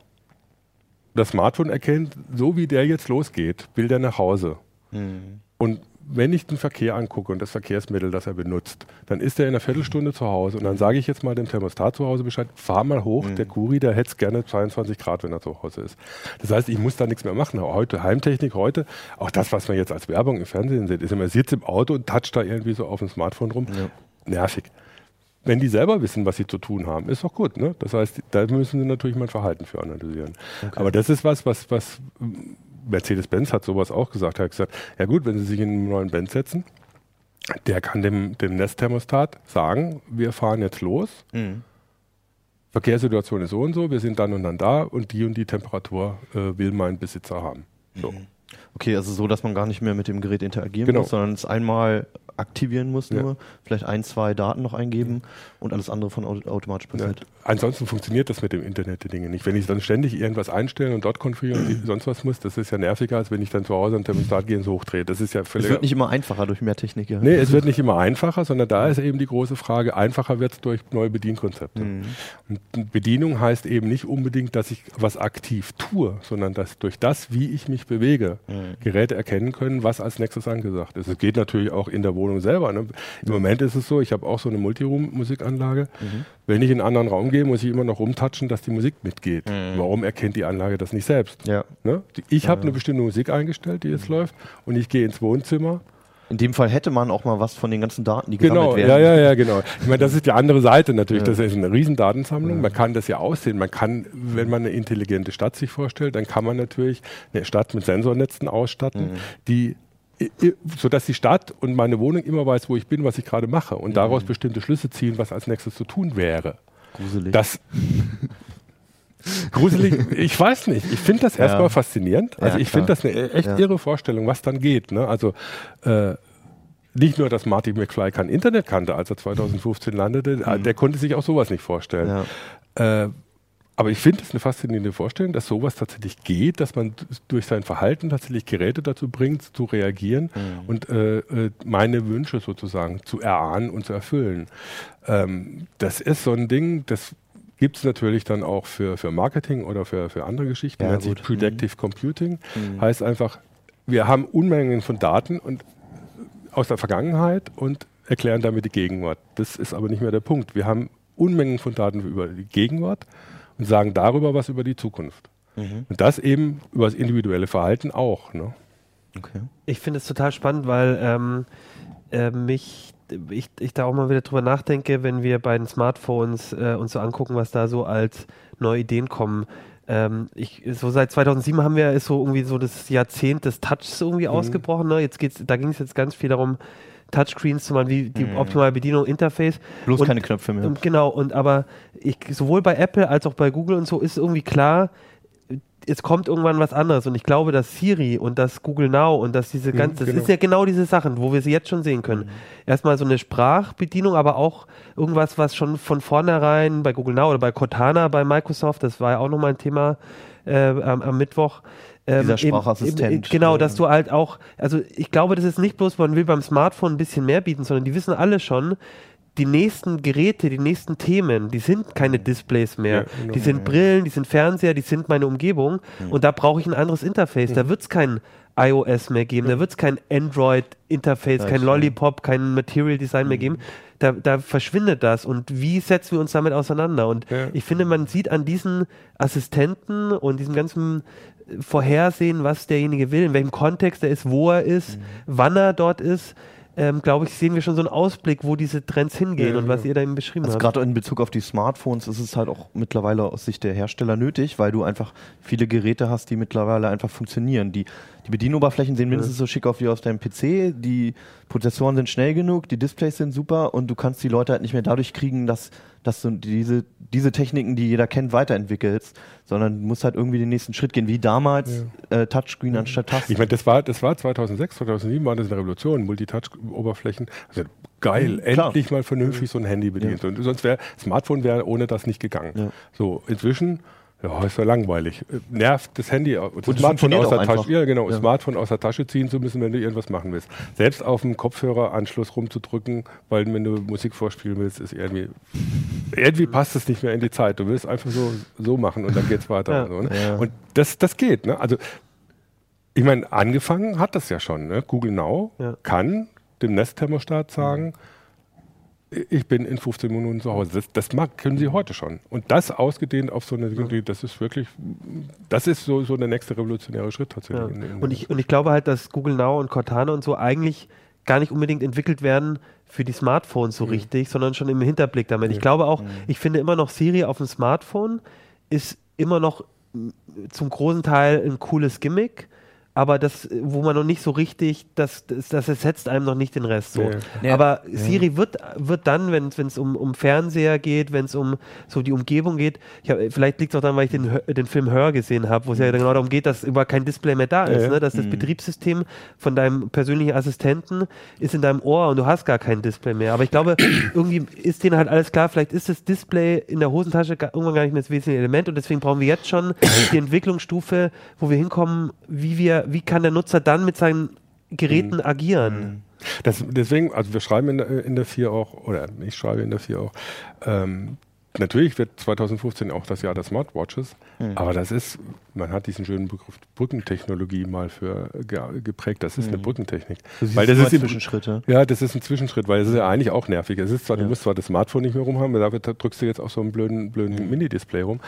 das Smartphone erkennt, so wie der jetzt losgeht, will der nach Hause. Mhm. Und wenn ich den Verkehr angucke und das Verkehrsmittel, das er benutzt, dann ist er in einer Viertelstunde zu Hause und dann sage ich jetzt mal dem Thermostat zu Hause Bescheid, fahr mal hoch, mhm. der Kuri, der hätte es gerne zweiundzwanzig Grad, wenn er zu Hause ist. Das heißt, ich muss da nichts mehr machen. Heute Heimtechnik, heute, auch das, was man jetzt als Werbung im Fernsehen sieht, ist immer, sitzt im Auto und toucht da irgendwie so auf dem Smartphone rum. Ja. Nervig. Wenn die selber wissen, was sie zu tun haben, ist doch gut. Ne? Das heißt, da müssen sie natürlich mein Verhalten für analysieren. Okay. Aber das ist was, was, was Mercedes-Benz hat sowas auch gesagt. Er hat gesagt, ja gut, wenn sie sich in einen neuen Benz setzen, der kann dem, dem Nestthermostat sagen, wir fahren jetzt los, mhm. Verkehrssituation ist so und so, wir sind dann und dann da und die und die Temperatur äh, will mein Besitzer haben. So. Mhm. Okay, also so, dass man gar nicht mehr mit dem Gerät interagieren genau. muss, sondern es einmal aktivieren muss nur, ja. vielleicht ein, zwei Daten noch eingeben und alles andere von automatisch passiert. Ja. Ansonsten funktioniert das mit dem Internet der Dinge nicht. Wenn ich dann ständig irgendwas einstellen und dort konfigurieren und sonst was muss, das ist ja nerviger, als wenn ich dann zu Hause am Thermostat gehe und so hochdrehe. Das ist ja völlig. Es wird nicht immer einfacher durch mehr Technik. Ja. Nee, es wird nicht immer einfacher, sondern da ist eben die große Frage, einfacher wird es durch neue Bedienkonzepte. Mhm. Und Bedienung heißt eben nicht unbedingt, dass ich was aktiv tue, sondern dass durch das, wie ich mich bewege, mhm. Geräte erkennen können, was als nächstes angesagt ist. Es geht natürlich auch in der Wohnung selber. Ne? Im Moment ist es so, ich habe auch so eine Multiroom-Musikanlage. Mhm. Wenn ich in einen anderen Raum gehe, muss ich immer noch rumtatschen, dass die Musik mitgeht. Mhm. Warum erkennt die Anlage das nicht selbst? Ja. Ne? Ich habe ja. eine bestimmte Musik eingestellt, die jetzt mhm. läuft, und ich gehe ins Wohnzimmer. In dem Fall hätte man auch mal was von den ganzen Daten, die genau, gesammelt werden. Ja, ja, ja, genau. Ich meine, das ist die andere Seite natürlich. Ja. Das ist eine riesen Datensammlung. Ja. Man kann das ja aussehen. Man kann, wenn man eine intelligente Stadt sich vorstellt, dann kann man natürlich eine Stadt mit Sensornetzen ausstatten, mhm. die sodass die Stadt und meine Wohnung immer weiß, wo ich bin, was ich gerade mache und mhm. daraus bestimmte Schlüsse ziehen, was als nächstes zu tun wäre. Gruselig. Das Gruselig, ich weiß nicht. Ich finde das ja. erstmal faszinierend. Also ja, ich finde das eine echt ja. irre Vorstellung, was dann geht. Ne? Also äh, nicht nur, dass Marty McFly kein Internet kannte, als er zweitausendfünfzehn landete, mhm. der konnte sich auch sowas nicht vorstellen. Ja. Äh, Aber ich finde es eine faszinierende Vorstellung, dass sowas tatsächlich geht, dass man durch sein Verhalten tatsächlich Geräte dazu bringt, zu reagieren mhm. und äh, meine Wünsche sozusagen zu erahnen und zu erfüllen. Ähm, das ist so ein Ding, das gibt es natürlich dann auch für, für Marketing oder für, für andere Geschichten. Ja, nennt sich Predictive mhm. Computing. Mhm. Heißt einfach, wir haben Unmengen von Daten und aus der Vergangenheit und erklären damit die Gegenwart. Das ist aber nicht mehr der Punkt. Wir haben Unmengen von Daten über die Gegenwart und sagen darüber was über die Zukunft. Mhm. Und das eben über das individuelle Verhalten auch. Ne? Okay. Ich finde es total spannend, weil ähm, äh, mich, ich, ich da auch mal wieder drüber nachdenke, wenn wir bei den Smartphones äh, uns so angucken, was da so als neue Ideen kommen. Ähm, ich, so seit zweitausendsieben haben wir ist so irgendwie so das Jahrzehnt des Touchs irgendwie mhm. ausgebrochen. Ne? Jetzt geht's, da ging es jetzt ganz viel darum, Touchscreens zu machen, wie die mm. optimale Bedienung, Interface. Bloß und, keine Knöpfe mehr. Und genau, und aber ich, sowohl bei Apple als auch bei Google und so ist irgendwie klar, es kommt irgendwann was anderes. Und ich glaube, dass Siri und das Google Now und dass diese ganze, mm, das genau. ist ja genau diese Sachen, wo wir sie jetzt schon sehen können. Mm. Erstmal so eine Sprachbedienung, aber auch irgendwas, was schon von vornherein bei Google Now oder bei Cortana bei Microsoft, das war ja auch nochmal ein Thema äh, am, am Mittwoch, dieser Sprachassistent. Eben, genau, dass du halt auch, also ich glaube, das ist nicht bloß, man will beim Smartphone ein bisschen mehr bieten, sondern die wissen alle schon, die nächsten Geräte, die nächsten Themen, die sind keine Displays mehr. Ja, genau, die sind ja. Brillen, die sind Fernseher, die sind meine Umgebung mhm. und da brauche ich ein anderes Interface. Mhm. Da wird es kein iOS mehr geben, da wird es kein Android-Interface, kein Lollipop, kein Material-Design mehr geben. Da, da verschwindet das. Und wie setzen wir uns damit auseinander? Und ja. ich finde, man sieht an diesen Assistenten und diesem ganzen Vorhersehen, was derjenige will, in welchem Kontext er ist, wo er ist, mhm. wann er dort ist, ähm, glaube ich, sehen wir schon so einen Ausblick, wo diese Trends hingehen ja, und was ja. ihr da eben beschrieben also habt. Gerade in Bezug auf die Smartphones ist es halt auch mittlerweile aus Sicht der Hersteller nötig, weil du einfach viele Geräte hast, die mittlerweile einfach funktionieren. Die, die Bedienoberflächen sehen mindestens ja. so schick aus wie auf deinem P C, die Prozessoren sind schnell genug, die Displays sind super und du kannst die Leute halt nicht mehr dadurch kriegen, dass, dass du diese, diese Techniken, die jeder kennt, weiterentwickelst, sondern du musst halt irgendwie den nächsten Schritt gehen, wie damals ja. äh, Touchscreen ja. anstatt Tasten. Ich meine, das war, das war zweitausendsechs, zweitausendsieben war das eine Revolution, Multitouch-Oberflächen. Also geil, mhm, endlich klar. mal vernünftig so ein Handy bedient. Ja. Und sonst wäre, Smartphone wäre ohne das nicht gegangen. Ja. So, inzwischen ja, ist ja langweilig. Nervt das Handy, das und Smartphone aus der Tasche, ja, genau, ja. Smartphone aus der Tasche ziehen zu müssen, wenn du irgendwas machen willst. Selbst auf dem Kopfhöreranschluss rumzudrücken, weil wenn du Musik vorspielen willst, ist irgendwie, irgendwie passt es nicht mehr in die Zeit. Du willst einfach so, so machen und dann geht's weiter. Ja. Und, so, ne? ja. und das, das geht. Ne? Also, ich meine, angefangen hat das ja schon. Ne? Google Now ja. kann dem Nest-Thermostat sagen, ich bin in fünfzehn Minuten zu Hause. Das, das mag, können sie heute schon. Und das ausgedehnt auf so eine, das ist wirklich, das ist so, so der nächste revolutionäre Schritt tatsächlich. Ja. In, in und, ich, und ich glaube halt, dass Google Now und Cortana und so eigentlich gar nicht unbedingt entwickelt werden für die Smartphones so mhm. richtig, sondern schon im Hinterblick damit. Mhm. Ich glaube auch, mhm. ich finde immer noch Siri auf dem Smartphone ist immer noch zum großen Teil ein cooles Gimmick, aber das, wo man noch nicht so richtig, das, das, das ersetzt einem noch nicht den Rest so. Ja. Aber ja. Siri wird, wird dann, wenn es um, um Fernseher geht, wenn es um so die Umgebung geht, ich hab, vielleicht liegt es auch daran, weil ich den, den Film Her gesehen habe, wo es ja genau darum geht, dass über kein Display mehr da ist, ja. ne? Dass das mhm. Betriebssystem von deinem persönlichen Assistenten ist in deinem Ohr und du hast gar kein Display mehr. Aber ich glaube, irgendwie ist denen halt alles klar, vielleicht ist das Display in der Hosentasche gar, irgendwann gar nicht mehr das wesentliche Element und deswegen brauchen wir jetzt schon die Entwicklungsstufe, wo wir hinkommen, wie wir wie kann der Nutzer dann mit seinen Geräten mhm. agieren? Das, deswegen, also wir schreiben in der, in der vier auch, oder ich schreibe in der vier auch, ähm, natürlich wird zweitausendfünfzehn auch das Jahr der Smartwatches, mhm. aber das ist, man hat diesen schönen Begriff Brückentechnologie mal für ge, geprägt, das ist mhm. eine Brückentechnik. Das weil das ist ein Zwischenschritt, ja? Ja, das ist ein Zwischenschritt, weil es ist ja eigentlich auch nervig. Es ist zwar, ja. du musst zwar das Smartphone nicht mehr rumhaben, aber dafür drückst du jetzt auf so einen blöden, blöden mhm. Mini-Display rum.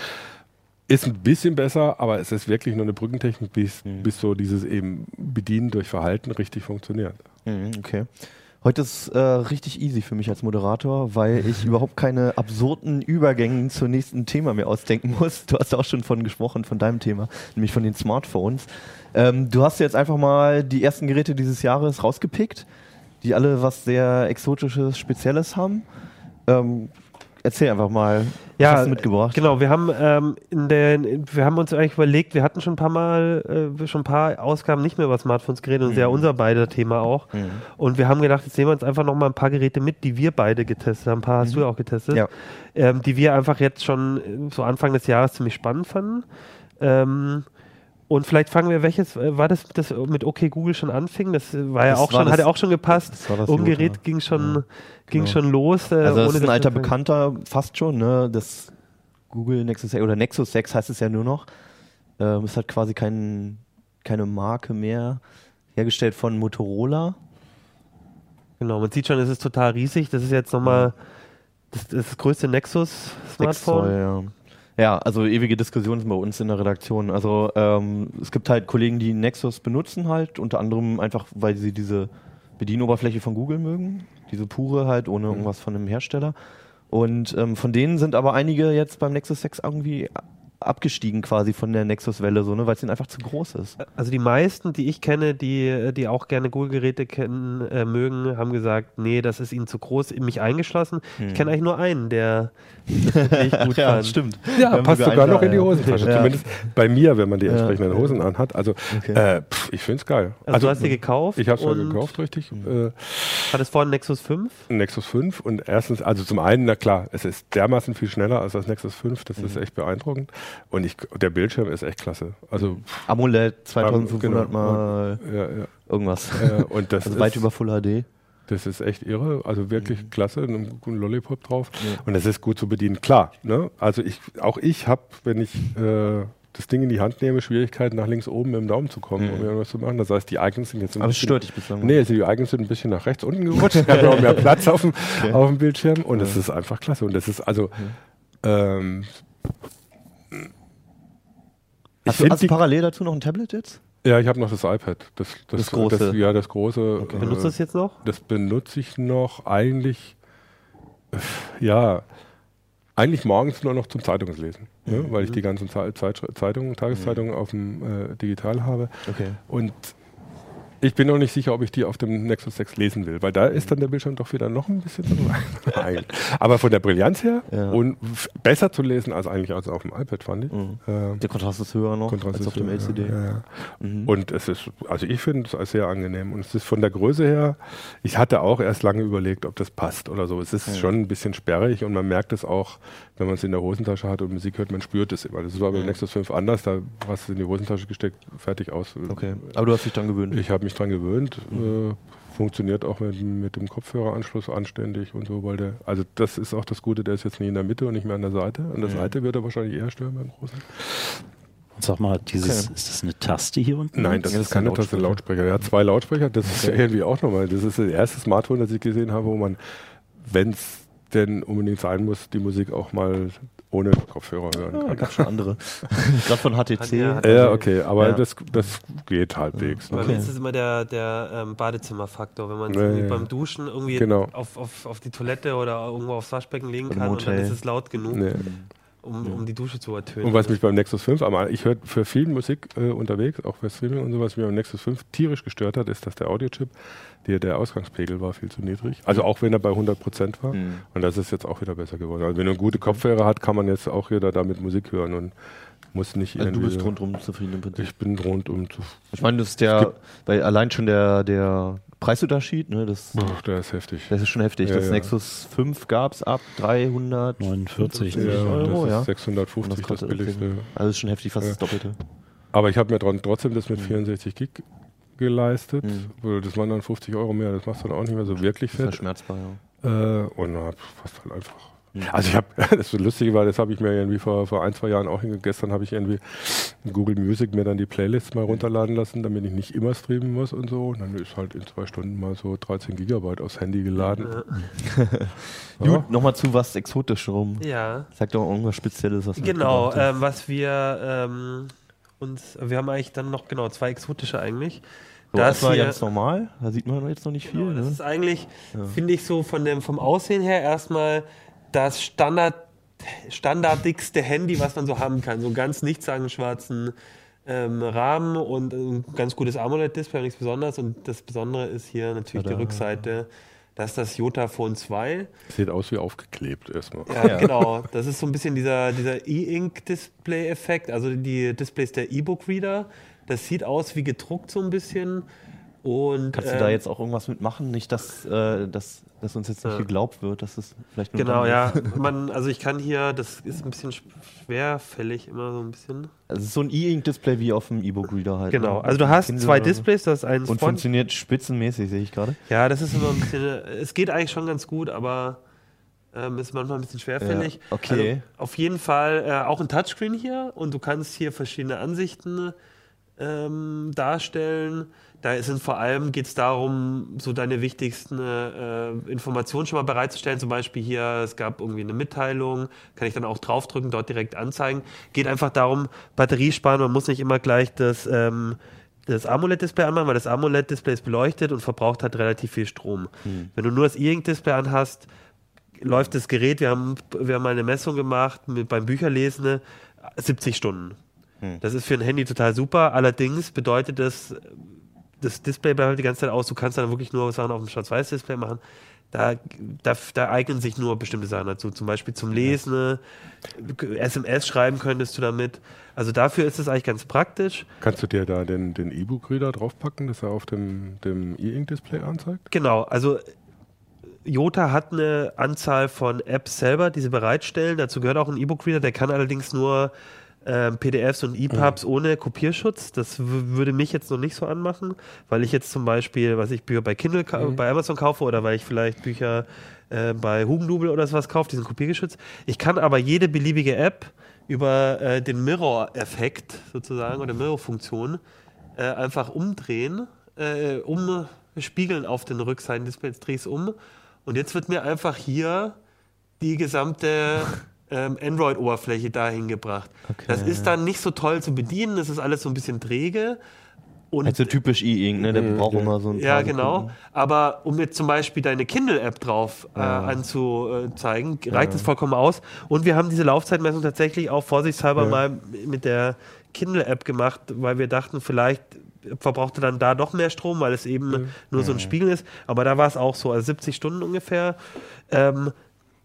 Ist ein bisschen besser, aber es ist wirklich nur eine Brückentechnik, bis, mhm. bis so dieses eben Bedienen durch Verhalten richtig funktioniert. Mhm, okay. Heute ist äh, richtig easy für mich als Moderator, weil ich überhaupt keine absurden Übergänge zum nächsten Thema mehr ausdenken muss. Du hast ja auch schon von gesprochen, von deinem Thema, nämlich von den Smartphones. Ähm, du hast jetzt einfach mal die ersten Geräte dieses Jahres rausgepickt, die alle was sehr Exotisches, Spezielles haben. Ähm, Erzähl einfach mal, ja, was hast du mitgebracht? Genau, wir haben ähm, in der, in, wir haben uns eigentlich überlegt, wir hatten schon ein paar Mal, äh, schon ein paar Ausgaben nicht mehr über Smartphones geredet und mhm. sehr unser beider Thema auch. Mhm. Und wir haben gedacht, jetzt nehmen wir uns einfach noch mal ein paar Geräte mit, die wir beide getestet haben. Ein paar hast mhm. du ja auch getestet. Ja. Ähm, die wir einfach jetzt schon so Anfang des Jahres ziemlich spannend fanden. Ähm, Und vielleicht fangen wir, welches, war das, das mit OK Google schon anfing? Das war ja das auch war schon, das, hat ja auch schon gepasst. Um Gerät ging schon, ja, ging genau. schon los. Äh, also das ist ein alter Bekannter, fast schon, ne? Das Google Nexus sechs oder Nexus sechs heißt es ja nur noch. Ähm, ist halt quasi kein, keine Marke mehr. Hergestellt von Motorola. Genau, man sieht schon, es ist total riesig. Das ist jetzt nochmal das, das größte Nexus-Smartphone. Ja. Ja, also ewige Diskussionen bei uns in der Redaktion. Also ähm, es gibt halt Kollegen, die Nexus benutzen halt, unter anderem einfach, weil sie diese Bedienoberfläche von Google mögen, diese pure halt, ohne mhm. irgendwas von einem Hersteller. Und ähm, von denen sind aber einige jetzt beim Nexus sechs irgendwie abgestiegen quasi von der Nexus-Welle, so, ne, weil es ihnen einfach zu groß ist. Also die meisten, die ich kenne, die, die auch gerne Google-Geräte kennen, äh, mögen, haben gesagt, nee, das ist ihnen zu groß, mich eingeschlossen. Hm. Ich kenne eigentlich nur einen, der das wirklich gut ja, fand. Stimmt. Ja, passt sogar, sogar noch in die Hosentasche. Ja. Zumindest bei mir, wenn man die ja. entsprechenden Hosen anhat. Also okay. äh, pff, ich finde es geil. Also, also du hast die gekauft? Ich habe es schon gekauft, richtig. Mhm. Äh, Hat es vorhin Nexus fünf? Nexus fünf und erstens, also zum einen, na klar, es ist dermaßen viel schneller als das Nexus fünf, das mhm. ist echt beeindruckend. Und ich, der Bildschirm ist echt klasse. Also AMOLED zweitausendfünfhundert genau. mal ja, ja. irgendwas. Ja, und das also ist weit über Full H D. Das ist echt irre, also wirklich mhm. klasse, ein guten Lollipop drauf. Ja. Und das ist gut zu bedienen. Klar, ne? Also ich, auch ich habe, wenn ich äh, das Ding in die Hand nehme, Schwierigkeiten nach links oben mit dem Daumen zu kommen, Mhm. um irgendwas zu machen. Das heißt, die Icons sind jetzt ein Aber es bisschen... stört dich bislang. Nee, also die Icons sind ein bisschen nach rechts unten gerutscht. Ich habe auch mehr Platz auf dem, Okay. auf dem Bildschirm und es Ja. ist einfach klasse. Und das ist also... Ähm, ich Hast du, find hast du die, parallel dazu noch ein Tablet jetzt? ja, ich habe noch das iPad. Das, das, Das große? Das, ja, das große. Okay. äh, Benutzt du das jetzt noch? Das benutze ich noch eigentlich, äh, ja, eigentlich morgens nur noch zum Zeitungslesen, ne, Mhm. weil ich die ganzen Ze Zeit Zeitungen, Tageszeitungen auf dem äh, Digital habe. Okay. Und ich bin noch nicht sicher, ob ich die auf dem Nexus sechs lesen will, weil da ist dann der Bildschirm doch wieder noch ein bisschen so klein. Aber von der Brillanz her Ja. und f- besser zu lesen als eigentlich als auf dem iPad, fand ich. Mhm. Ähm, Der Kontrast ist höher noch Kontrast als ist auf dem höher, L C D. ja, ja. Mhm. Und es ist, also ich finde es als sehr angenehm. Und es ist von der Größe her, ich hatte auch erst lange überlegt, ob das passt oder so. Es ist Mhm. schon ein bisschen sperrig und man merkt es auch, wenn man es in der Hosentasche hat und Musik hört, man spürt es immer. Das war beim Mhm. Nexus fünf anders, da hast du es in die Hosentasche gesteckt, fertig aus. Okay. Aber du hast dich dran gewöhnt. Ich habe mich dran gewöhnt. Äh, funktioniert auch mit, mit dem Kopfhöreranschluss anständig und so, weil der, also das ist auch das Gute, der ist jetzt nicht in der Mitte und nicht mehr an der Seite. An der Mhm. Seite wird er wahrscheinlich eher stören beim Großen. Sag mal, dieses, Okay. ist das eine Taste hier unten? Nein, das Ja, ist das ist kein keine Taste, Lautsprecher. Lautsprecher. Der hat zwei Lautsprecher, das ist ja irgendwie auch nochmal. Das ist das erste Smartphone, das ich gesehen habe, wo man, wenn es denn unbedingt sein muss, die Musik auch mal ohne Kopfhörer hören Ja, kann. gab schon andere. Gerade von H T C. Ja, hat- Ja, okay, aber Ja. das, das geht halbwegs. Bei Ne? Okay. mir ist es immer der, der ähm, Badezimmerfaktor, wenn man Ja, irgendwie ja. beim Duschen irgendwie Genau. auf, auf, auf die Toilette oder irgendwo aufs Waschbecken legen Oder im kann und dann Hotel. ist es laut genug, Nee. um, um die Dusche zu ertönen. Und was mich beim Nexus fünf, aber ich höre für viel Musik äh, unterwegs, auch für Streaming und sowas, was mich beim Nexus fünf tierisch gestört hat, ist, dass der Audiochip, der, der Ausgangspegel war viel zu niedrig. Also auch wenn er bei hundert Prozent war. Mhm. Und das ist jetzt auch wieder besser geworden. Also wenn du gute Kopfhörer hat, kann man jetzt auch wieder damit Musik hören und muss nicht Also du irgendwie... bist rundum zufrieden im Prinzip. Ich bin rundum zu... Ich meine, das ist der, weil allein schon der, der Preisunterschied, ne, das, Puh, der ist heftig. das ist schon heftig. Ja, das ja. Nexus fünf gab es ab dreihundert neunundvierzig. Ja. Ja, Euro, das ja. ist sechshundertfünfzig das, kostet billigste. deswegen- Also das ist schon heftig, fast Ja. das Doppelte. Aber ich habe mir dran, trotzdem das mit vierundsechzig Gig geleistet. Mhm. Das waren dann fünfzig Euro mehr. Das machst du dann auch nicht mehr so wirklich Das ist fett. verschmerzbar, ja. Äh, und hab fast halt einfach. Mhm. Also ich habe, das so lustig war, das habe ich mir irgendwie vor, vor ein, zwei Jahren auch hinge. Gestern habe ich irgendwie in Google Music mir dann die Playlists mal runterladen lassen, damit ich nicht immer streamen muss und so. Und dann ist halt in zwei Stunden mal so dreizehn Gigabyte aufs Handy geladen. Ja. Ja. Gut, nochmal zu was Exotischem. Ja, Sag doch irgendwas Spezielles, was du genau. mitgebracht hast. Ähm, was wir ähm, uns, wir haben eigentlich dann noch genau zwei exotische eigentlich. So, Das erstmal hier- ganz normal, da sieht man jetzt noch nicht viel. Genau, das ne? ist eigentlich, Ja. finde ich so von dem, vom Aussehen her erstmal das Standard, standardigste Handy, was man so haben kann. So ganz nichtssagenden schwarzen ähm, Rahmen und ein ganz gutes AMOLED-Display, nichts Besonderes. Und das Besondere ist hier natürlich Tada. die Rückseite. Das ist das Jotaphone zwei. Sieht aus wie aufgeklebt erstmal. Ja, Ja. genau. Das ist so ein bisschen dieser, dieser E-Ink-Display-Effekt, also die Displays der E-Book-Reader. Das sieht aus wie gedruckt so ein bisschen. Und, Kannst du ähm, da jetzt auch irgendwas mitmachen? Nicht, dass, äh, dass, dass uns jetzt nicht Ja. geglaubt wird, dass es vielleicht nur Genau, dann ja. ist. Man, also ich kann hier, das ist ein bisschen schwerfällig, immer so ein bisschen. Also es ist so ein E-Ink-Display wie auf dem E-Book-Reader halt. Genau, ne? also du hast Kindle zwei oder so. Displays, das ist eins Und von. funktioniert spitzenmäßig, sehe ich gerade. Ja, das ist immer ein bisschen, es geht eigentlich schon ganz gut, aber ähm, ist manchmal ein bisschen schwerfällig. Ja, okay. Also auf jeden Fall äh, auch ein Touchscreen hier und du kannst hier verschiedene Ansichten ähm, darstellen. Da sind vor allem, geht es darum, so deine wichtigsten äh, Informationen schon mal bereitzustellen. Zum Beispiel hier, es gab irgendwie eine Mitteilung, kann ich dann auch draufdrücken, dort direkt anzeigen. Geht einfach darum, Batterie sparen, man muss nicht immer gleich das, ähm, das AMOLED-Display anmachen, weil das AMOLED-Display ist beleuchtet und verbraucht halt relativ viel Strom. Hm. Wenn du nur das E-Ink-Display anhast, läuft das Gerät, wir haben, wir haben mal eine Messung gemacht mit, beim Bücherlesen, siebzig Stunden. Hm. Das ist für ein Handy total super, allerdings bedeutet das, das Display bleibt die ganze Zeit aus, du kannst dann wirklich nur Sachen auf dem Schwarz-Weiß-Display machen. Da, da, da eignen sich nur bestimmte Sachen dazu, zum Beispiel zum Lesen, S M S schreiben könntest du damit. Also dafür ist es eigentlich ganz praktisch. Kannst du dir da den, den E-Book-Reader draufpacken, dass er auf dem, dem E-Ink-Display anzeigt? Genau, also Jota hat eine Anzahl von Apps selber, die sie bereitstellen. Dazu gehört auch ein E-Book-Reader, der kann allerdings nur ähm, P D Fs und E P U Bs ohne Kopierschutz. Das w- würde mich jetzt noch nicht so anmachen, weil ich jetzt zum Beispiel, was ich Bücher bei Kindle, ka- bei Amazon kaufe oder weil ich vielleicht Bücher äh, bei Hugendubel oder sowas kaufe, die sind kopiergeschützt. Ich kann aber jede beliebige App über äh, den Mirror-Effekt sozusagen oder Mirror-Funktion äh, einfach umdrehen, äh, umspiegeln auf den Rückseiten des Displays, drehe ich es um und jetzt wird mir einfach hier die gesamte ähm, Android-Oberfläche dahin gebracht. Okay. Das ist dann nicht so toll zu bedienen, das ist alles so ein bisschen träge. Und also typisch E-Ink, ne? Der Mhm. braucht immer so ein paar ja, genau. Sekunden. Aber um jetzt zum Beispiel deine Kindle-App drauf äh, Ja. anzuzeigen, reicht es vollkommen aus. Und wir haben diese Laufzeitmessung tatsächlich auch vorsichtshalber Ja. mal mit der Kindle-App gemacht, weil wir dachten, vielleicht verbraucht er dann da doch mehr Strom, weil es eben Mhm. nur so ein Spiegel ist. Aber da war es auch so, also siebzig Stunden ungefähr. Ähm,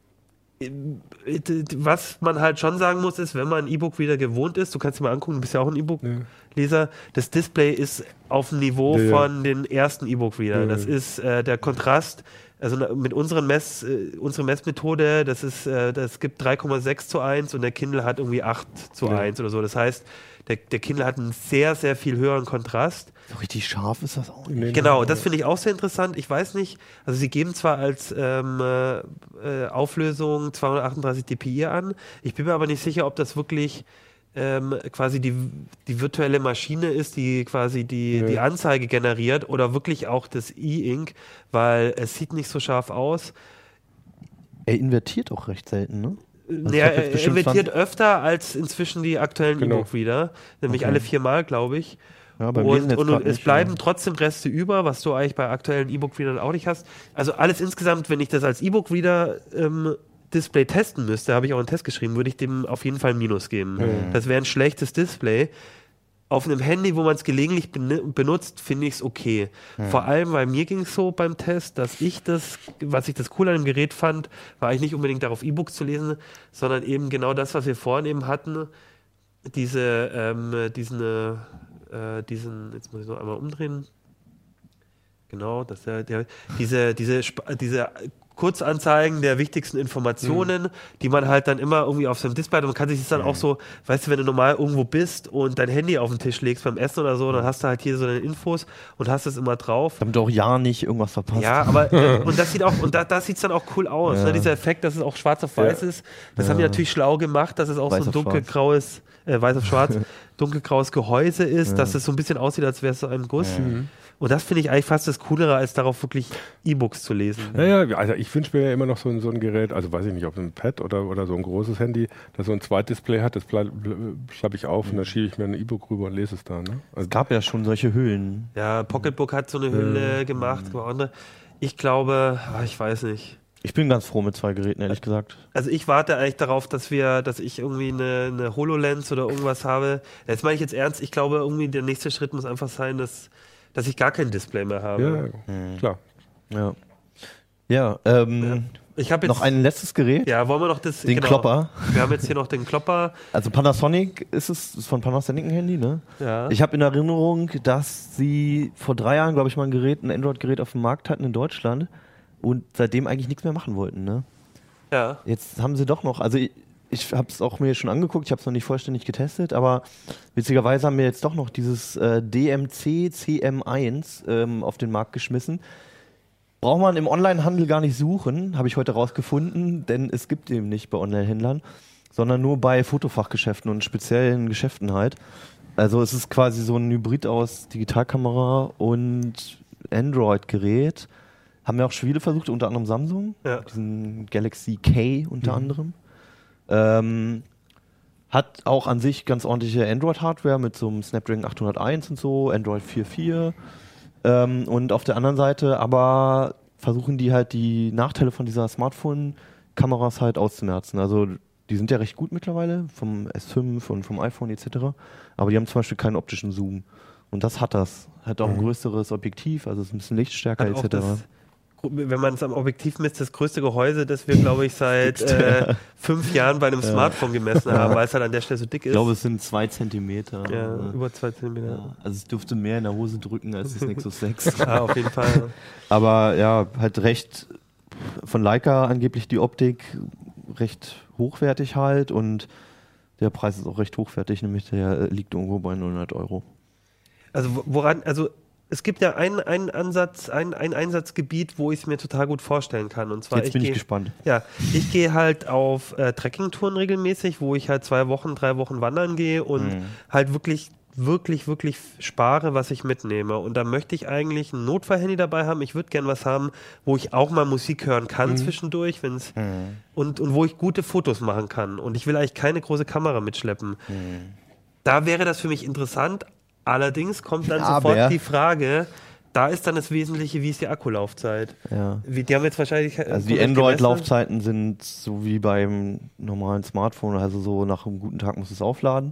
was man halt schon sagen muss, ist, wenn man ein E-Book wieder gewohnt ist, du kannst dir mal angucken, du bist ja auch ein E-Book-Leser, das Display ist auf dem Niveau Ja, ja. von den ersten E-Book-Readern. Ja, Das ja. ist äh, der Kontrast, also na- mit unseren Mess, äh, unsere Messmethode, das ist, äh, das gibt drei Komma sechs zu eins und der Kindle hat irgendwie acht zu Ja. eins oder so. Das heißt, der, der Kindle hat einen sehr, sehr viel höheren Kontrast. So richtig scharf ist das auch nicht. Nee, Genau, nee. das finde ich auch sehr interessant. Ich weiß nicht, also sie geben zwar als ähm, äh, äh, Auflösung zweihundertachtunddreißig dpi an, ich bin mir aber nicht sicher, ob das wirklich ähm, quasi die, die virtuelle Maschine ist, die quasi die, Ja. die Anzeige generiert oder wirklich auch das E-Ink, weil es sieht nicht so scharf aus. Er invertiert auch recht selten, ne? Also ich Ja, hab jetzt er bestimmt invertiert zwanzig öfter als inzwischen die aktuellen Genau. E-Book-Reader, nämlich Okay. alle viermal, glaube ich. Ja, beim Lesen Und, jetzt und grad es nicht, bleiben ja. trotzdem Reste über, was du eigentlich bei aktuellen E-Book-Readern auch nicht hast. Also alles insgesamt, wenn ich das als E-Book-Reader ähm, Display testen müsste, habe ich auch einen Test geschrieben, würde ich dem auf jeden Fall ein Minus geben. Mhm. Das wäre ein schlechtes Display. Auf einem Handy, wo man es gelegentlich ben- benutzt, finde ich es okay. Vor allem, weil mir ging es so beim Test, dass ich das, was ich das cool an dem Gerät fand, war eigentlich nicht unbedingt darauf E-Books zu lesen, sondern eben genau das, was wir vorhin eben hatten, diese, ähm, diesen, äh, diesen, jetzt muss ich noch einmal umdrehen. Genau, dass der, der, diese, diese, Sp- diese Kurzanzeigen der wichtigsten Informationen, Mhm. die man halt dann immer irgendwie auf seinem Display hat. Und man kann sich das dann auch so, weißt du, wenn du normal irgendwo bist und dein Handy auf den Tisch legst beim Essen oder so, dann hast du halt hier so deine Infos und hast es immer drauf. Damit du auch ja nicht irgendwas verpasst. Ja, aber äh, und das sieht auch, und da, da sieht es dann auch cool aus. Ja. Ne? Dieser Effekt, dass es auch schwarz auf weiß Ja. ist, das Ja. haben die natürlich schlau gemacht, dass es auch Weiß so ein auf schwarz. dunkelgraues, äh, weiß auf schwarz, dunkelgraues Gehäuse ist, Ja. dass es so ein bisschen aussieht, als wäre es so ein Guss. Mhm. Und das finde ich eigentlich fast das Coolere, als darauf wirklich E-Books zu lesen. Naja, also ich wünsche mir ja immer noch so ein, so ein Gerät, also weiß ich nicht, ob ein Pad oder, oder so ein großes Handy, das so ein Zweitdisplay hat, das klappe ich auf und dann schiebe ich mir ein E-Book rüber und lese es da. Ne? Also Es gab ja schon solche Hüllen. Ja, Pocketbook hat so eine Hülle gemacht, aber andere. Ich glaube, ah, ich weiß nicht. Ich bin ganz froh mit zwei Geräten, ehrlich gesagt. Also ich warte eigentlich darauf, dass wir, dass ich irgendwie eine, eine HoloLens oder irgendwas habe. Jetzt meine ich jetzt ernst, ich glaube irgendwie der nächste Schritt muss einfach sein, dass, dass ich gar kein Display mehr habe. ja, klar. Ja. Ja, ähm, Ich habe jetzt noch ein letztes Gerät. Ja, wollen wir noch das Den genau. Klopper. Wir haben jetzt hier noch den Klopper. Also Panasonic ist es, ist von Panasonic ein Handy, ne? Ja. Ich habe in Erinnerung, dass sie vor drei Jahren, glaube ich, mal ein Gerät, ein Android-Gerät auf dem Markt hatten in Deutschland und seitdem eigentlich nichts mehr machen wollten, ne? ja. Jetzt haben sie doch noch, also ich, ich habe es auch mir schon angeguckt, ich habe es noch nicht vollständig getestet, aber witzigerweise haben wir jetzt doch noch dieses äh, D M C C M eins ähm, auf den Markt geschmissen. Braucht man im Onlinehandel gar nicht suchen, habe ich heute rausgefunden, denn es gibt den nicht bei Onlinehändlern, sondern nur bei Fotofachgeschäften und speziellen Geschäften halt. Also es ist quasi so ein Hybrid aus Digitalkamera und Android-Gerät. Haben wir auch schon viele versucht, unter anderem Samsung, Ja. diesen Galaxy K unter Mhm. anderem. Ähm, hat auch an sich ganz ordentliche Android-Hardware mit so einem Snapdragon achthunderteins und so, Android vier Punkt vier. Ähm, und auf der anderen Seite aber versuchen die halt die Nachteile von dieser Smartphone-Kameras halt auszumerzen. Also die sind ja recht gut mittlerweile, vom S fünf und vom iPhone et cetera. Aber die haben zum Beispiel keinen optischen Zoom. Und das hat das. Hat auch ein Mhm. größeres Objektiv, also ist ein bisschen lichtstärker Hat auch et cetera. das, wenn man es am Objektiv misst, das größte Gehäuse, das wir, glaube ich, seit äh, fünf Jahren bei einem Smartphone gemessen haben, weil es halt an der Stelle so dick ist. Ich glaube, es sind zwei Zentimeter. ja, Ja. über zwei Zentimeter. Ja, also es dürfte mehr in der Hose drücken als das Nexus sechs. Ja, auf jeden Fall. Aber ja, halt recht von Leica angeblich die Optik recht hochwertig halt und der Preis ist auch recht hochwertig, nämlich der liegt irgendwo bei neunhundert Euro. Also wo- woran, also es gibt ja einen, einen Ansatz, ein, ein Einsatzgebiet, wo ich es mir total gut vorstellen kann. Und zwar Jetzt ich bin ich geh, gespannt. Ja, ich gehe halt auf äh, Trekkingtouren regelmäßig, wo ich halt zwei Wochen, drei Wochen wandern gehe und Mhm. halt wirklich, wirklich, wirklich spare, was ich mitnehme. Und da möchte ich eigentlich ein Notfallhandy dabei haben. Ich würde gern was haben, wo ich auch mal Musik hören kann Mhm. zwischendurch, wenn's Mhm. und, und wo ich gute Fotos machen kann. Und ich will eigentlich keine große Kamera mitschleppen. Mhm. Da wäre das für mich interessant. Allerdings kommt dann Aber- sofort die Frage, da ist dann das Wesentliche, wie ist die Akkulaufzeit? Ja. Wie, die haben jetzt wahrscheinlich... Also die Android-Laufzeiten sind so wie beim normalen Smartphone, also so nach einem guten Tag muss es aufladen.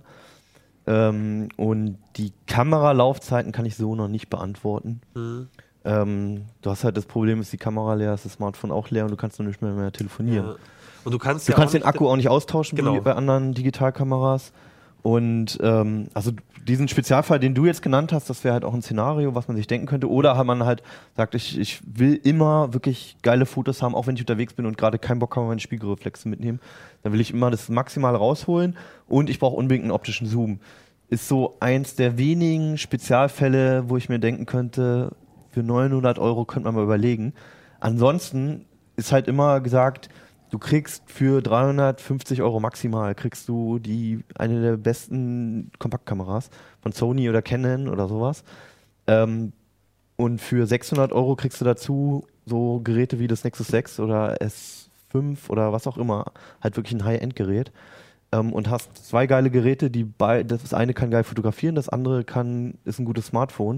Ähm, und die Kameralaufzeiten kann ich so noch nicht beantworten. Mhm. Ähm, du hast halt das Problem, ist die Kamera leer, ist das Smartphone auch leer und du kannst noch nicht mehr, mehr telefonieren. Ja. Und du kannst Du ja kannst auch den Akku auch nicht austauschen Genau. wie bei anderen Digitalkameras. Und ähm, also diesen Spezialfall, den du jetzt genannt hast, das wäre halt auch ein Szenario, was man sich denken könnte. Oder hat man halt sagt, ich, ich will immer wirklich geile Fotos haben, auch wenn ich unterwegs bin und gerade keinen Bock habe, meine Spiegelreflexe mitnehmen. Dann will ich immer das maximal rausholen und ich brauche unbedingt einen optischen Zoom. Ist so eins der wenigen Spezialfälle, wo ich mir denken könnte, für neunhundert Euro könnte man mal überlegen. Ansonsten ist halt immer gesagt, du kriegst für dreihundertfünfzig Euro maximal, kriegst du die eine der besten Kompaktkameras von Sony oder Canon oder sowas. Ähm, und für sechshundert Euro kriegst du dazu so Geräte wie das Nexus sechs oder S fünf oder was auch immer. Halt wirklich ein High-End-Gerät. Ähm, und hast zwei geile Geräte, die bei, das eine kann geil fotografieren, das andere kann, ist ein gutes Smartphone.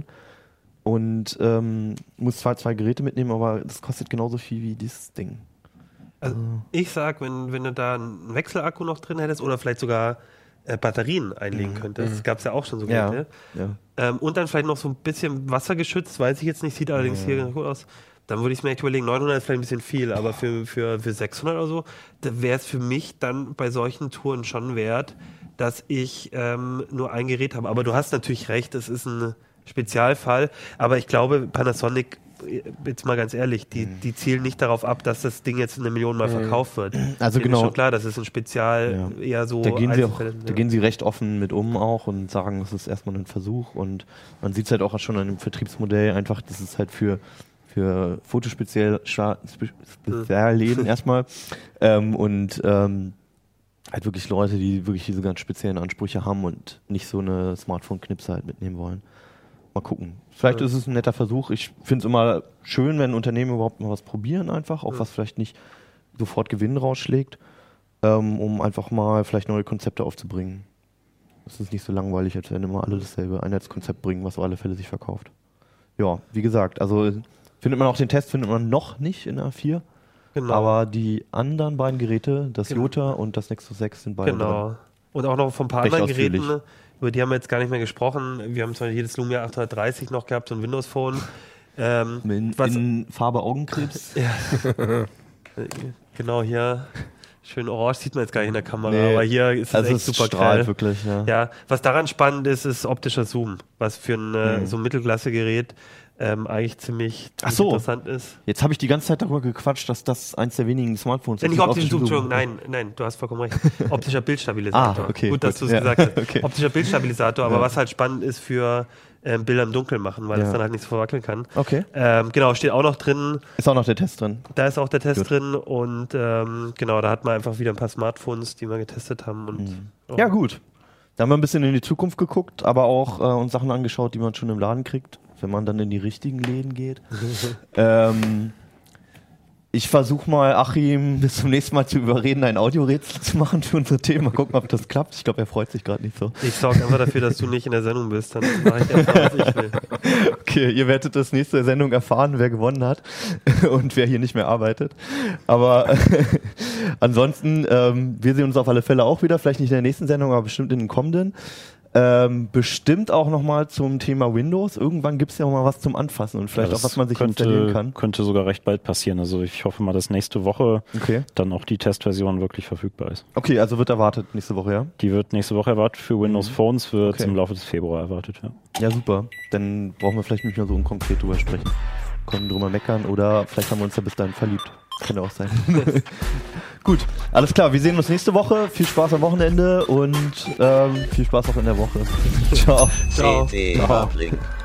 Und ähm, musst zwar zwei Geräte mitnehmen, aber das kostet genauso viel wie dieses Ding. Also ich sag, wenn, wenn du da einen Wechselakku noch drin hättest oder vielleicht sogar äh, Batterien einlegen könntest, das gab es ja auch schon so Ja. Geräte. Ja. Ähm, und dann vielleicht noch so ein bisschen wassergeschützt, weiß ich jetzt nicht, sieht allerdings hier ganz gut aus. Dann würde ich mir echt überlegen, neunhundert ist vielleicht ein bisschen viel, aber für, für, für sechshundert oder so, da wäre es für mich dann bei solchen Touren schon wert, dass ich ähm, nur ein Gerät habe. Aber du hast natürlich recht, es ist ein Spezialfall, aber ich glaube, Panasonic, jetzt mal ganz ehrlich, die, die zielen nicht darauf ab, dass das Ding jetzt eine Million Mal verkauft wird. Also Denen genau. ist schon klar, das ist ein Spezial, Ja. eher so... Da gehen, sie auch, Einzelfälle, da ja. gehen sie recht offen mit um auch und sagen, es ist erstmal ein Versuch und man sieht es halt auch schon an dem Vertriebsmodell einfach, das ist halt für, für Fotospezialläden erstmal ähm, und ähm, halt wirklich Leute, die wirklich diese ganz speziellen Ansprüche haben und nicht so eine Smartphone-Knipse halt mitnehmen wollen. Mal gucken. Vielleicht Ja. ist es ein netter Versuch. Ich finde es immer schön, wenn Unternehmen überhaupt mal was probieren einfach, auch Ja. was vielleicht nicht sofort Gewinn rausschlägt, ähm, um einfach mal vielleicht neue Konzepte aufzubringen. Es ist nicht so langweilig, als wenn immer alle dasselbe Einheitskonzept bringen, was auf alle Fälle sich verkauft. Ja, wie gesagt, also findet man auch den Test, findet man noch nicht in A vier, Genau. aber die anderen beiden Geräte, das Genau. Jota und das Nexus sechs sind beide Genau. Und auch noch von ein paar Recht anderen ausführlich. Geräten, über die haben wir jetzt gar nicht mehr gesprochen. Wir haben zwar jedes Lumia achthundertdreißig noch gehabt, so ein Windows-Phone. Ähm, drin. In, was- in Farbe Augenkrebs. genau hier, schön orange, sieht man jetzt gar nicht in der Kamera, Nee. aber hier ist es Also echt es super strahlt grell. wirklich, ja. Ja, was daran spannend ist, ist optischer Zoom, was für ein äh, Mhm. so ein Mittelklasse-Gerät ähm, eigentlich ziemlich, Ach ziemlich so. interessant ist. Jetzt habe ich die ganze Zeit darüber gequatscht, dass das eins der wenigen Smartphones Äh, nicht mit optischen Zoom, optischem Entschuldigung, nein, nein, du hast vollkommen recht. Optischer Bildstabilisator. Ah, okay, gut, dass gut. du es Ja, gesagt hast. okay. Optischer Bildstabilisator, aber Ja. was halt spannend ist für ähm, Bilder im Dunkeln machen, weil Ja. es dann halt nicht so verwackeln kann. Okay. Ähm, genau, steht auch noch drin. Ist auch noch der Test drin. Da ist auch der Test Gut. drin und ähm, genau, da hat man einfach wieder ein paar Smartphones, die wir getestet haben. Und oh. Ja, gut. Da haben wir ein bisschen in die Zukunft geguckt, aber auch äh, uns Sachen angeschaut, die man schon im Laden kriegt, wenn man dann in die richtigen Läden geht. ähm, ich versuche mal, Achim bis zum nächsten Mal zu überreden, ein Audiorätsel zu machen für unser Thema. Mal gucken, ob das klappt. Ich glaube, er freut sich gerade nicht so. Ich sorge einfach dafür, dass du nicht in der Sendung bist, dann mache ich einfach, was ich will. Okay, ihr werdet das nächste Sendung erfahren, wer gewonnen hat und wer hier nicht mehr arbeitet. Aber ansonsten, ähm, wir sehen uns auf alle Fälle auch wieder, vielleicht nicht in der nächsten Sendung, aber bestimmt in den kommenden. Ähm, bestimmt auch nochmal zum Thema Windows. Irgendwann gibt es ja auch mal was zum Anfassen und vielleicht Ja, auch, das was man sich installieren könnte, kann. könnte sogar recht bald passieren. Also ich hoffe mal, dass nächste Woche Okay. dann auch die Testversion wirklich verfügbar ist. Okay, also wird erwartet nächste Woche, ja? Die wird nächste Woche erwartet. Für Windows Phones wird Okay. im Laufe des Februar erwartet. Ja. Ja, super. Dann brauchen wir vielleicht nicht mehr so unkonkret drüber sprechen. Können drüber meckern oder vielleicht haben wir uns ja bis dahin verliebt. Kann ja auch sein. Gut, alles klar. Wir sehen uns nächste Woche. Viel Spaß am Wochenende und ähm, viel Spaß auch in der Woche. Ciao. Ciao. C T Uplink.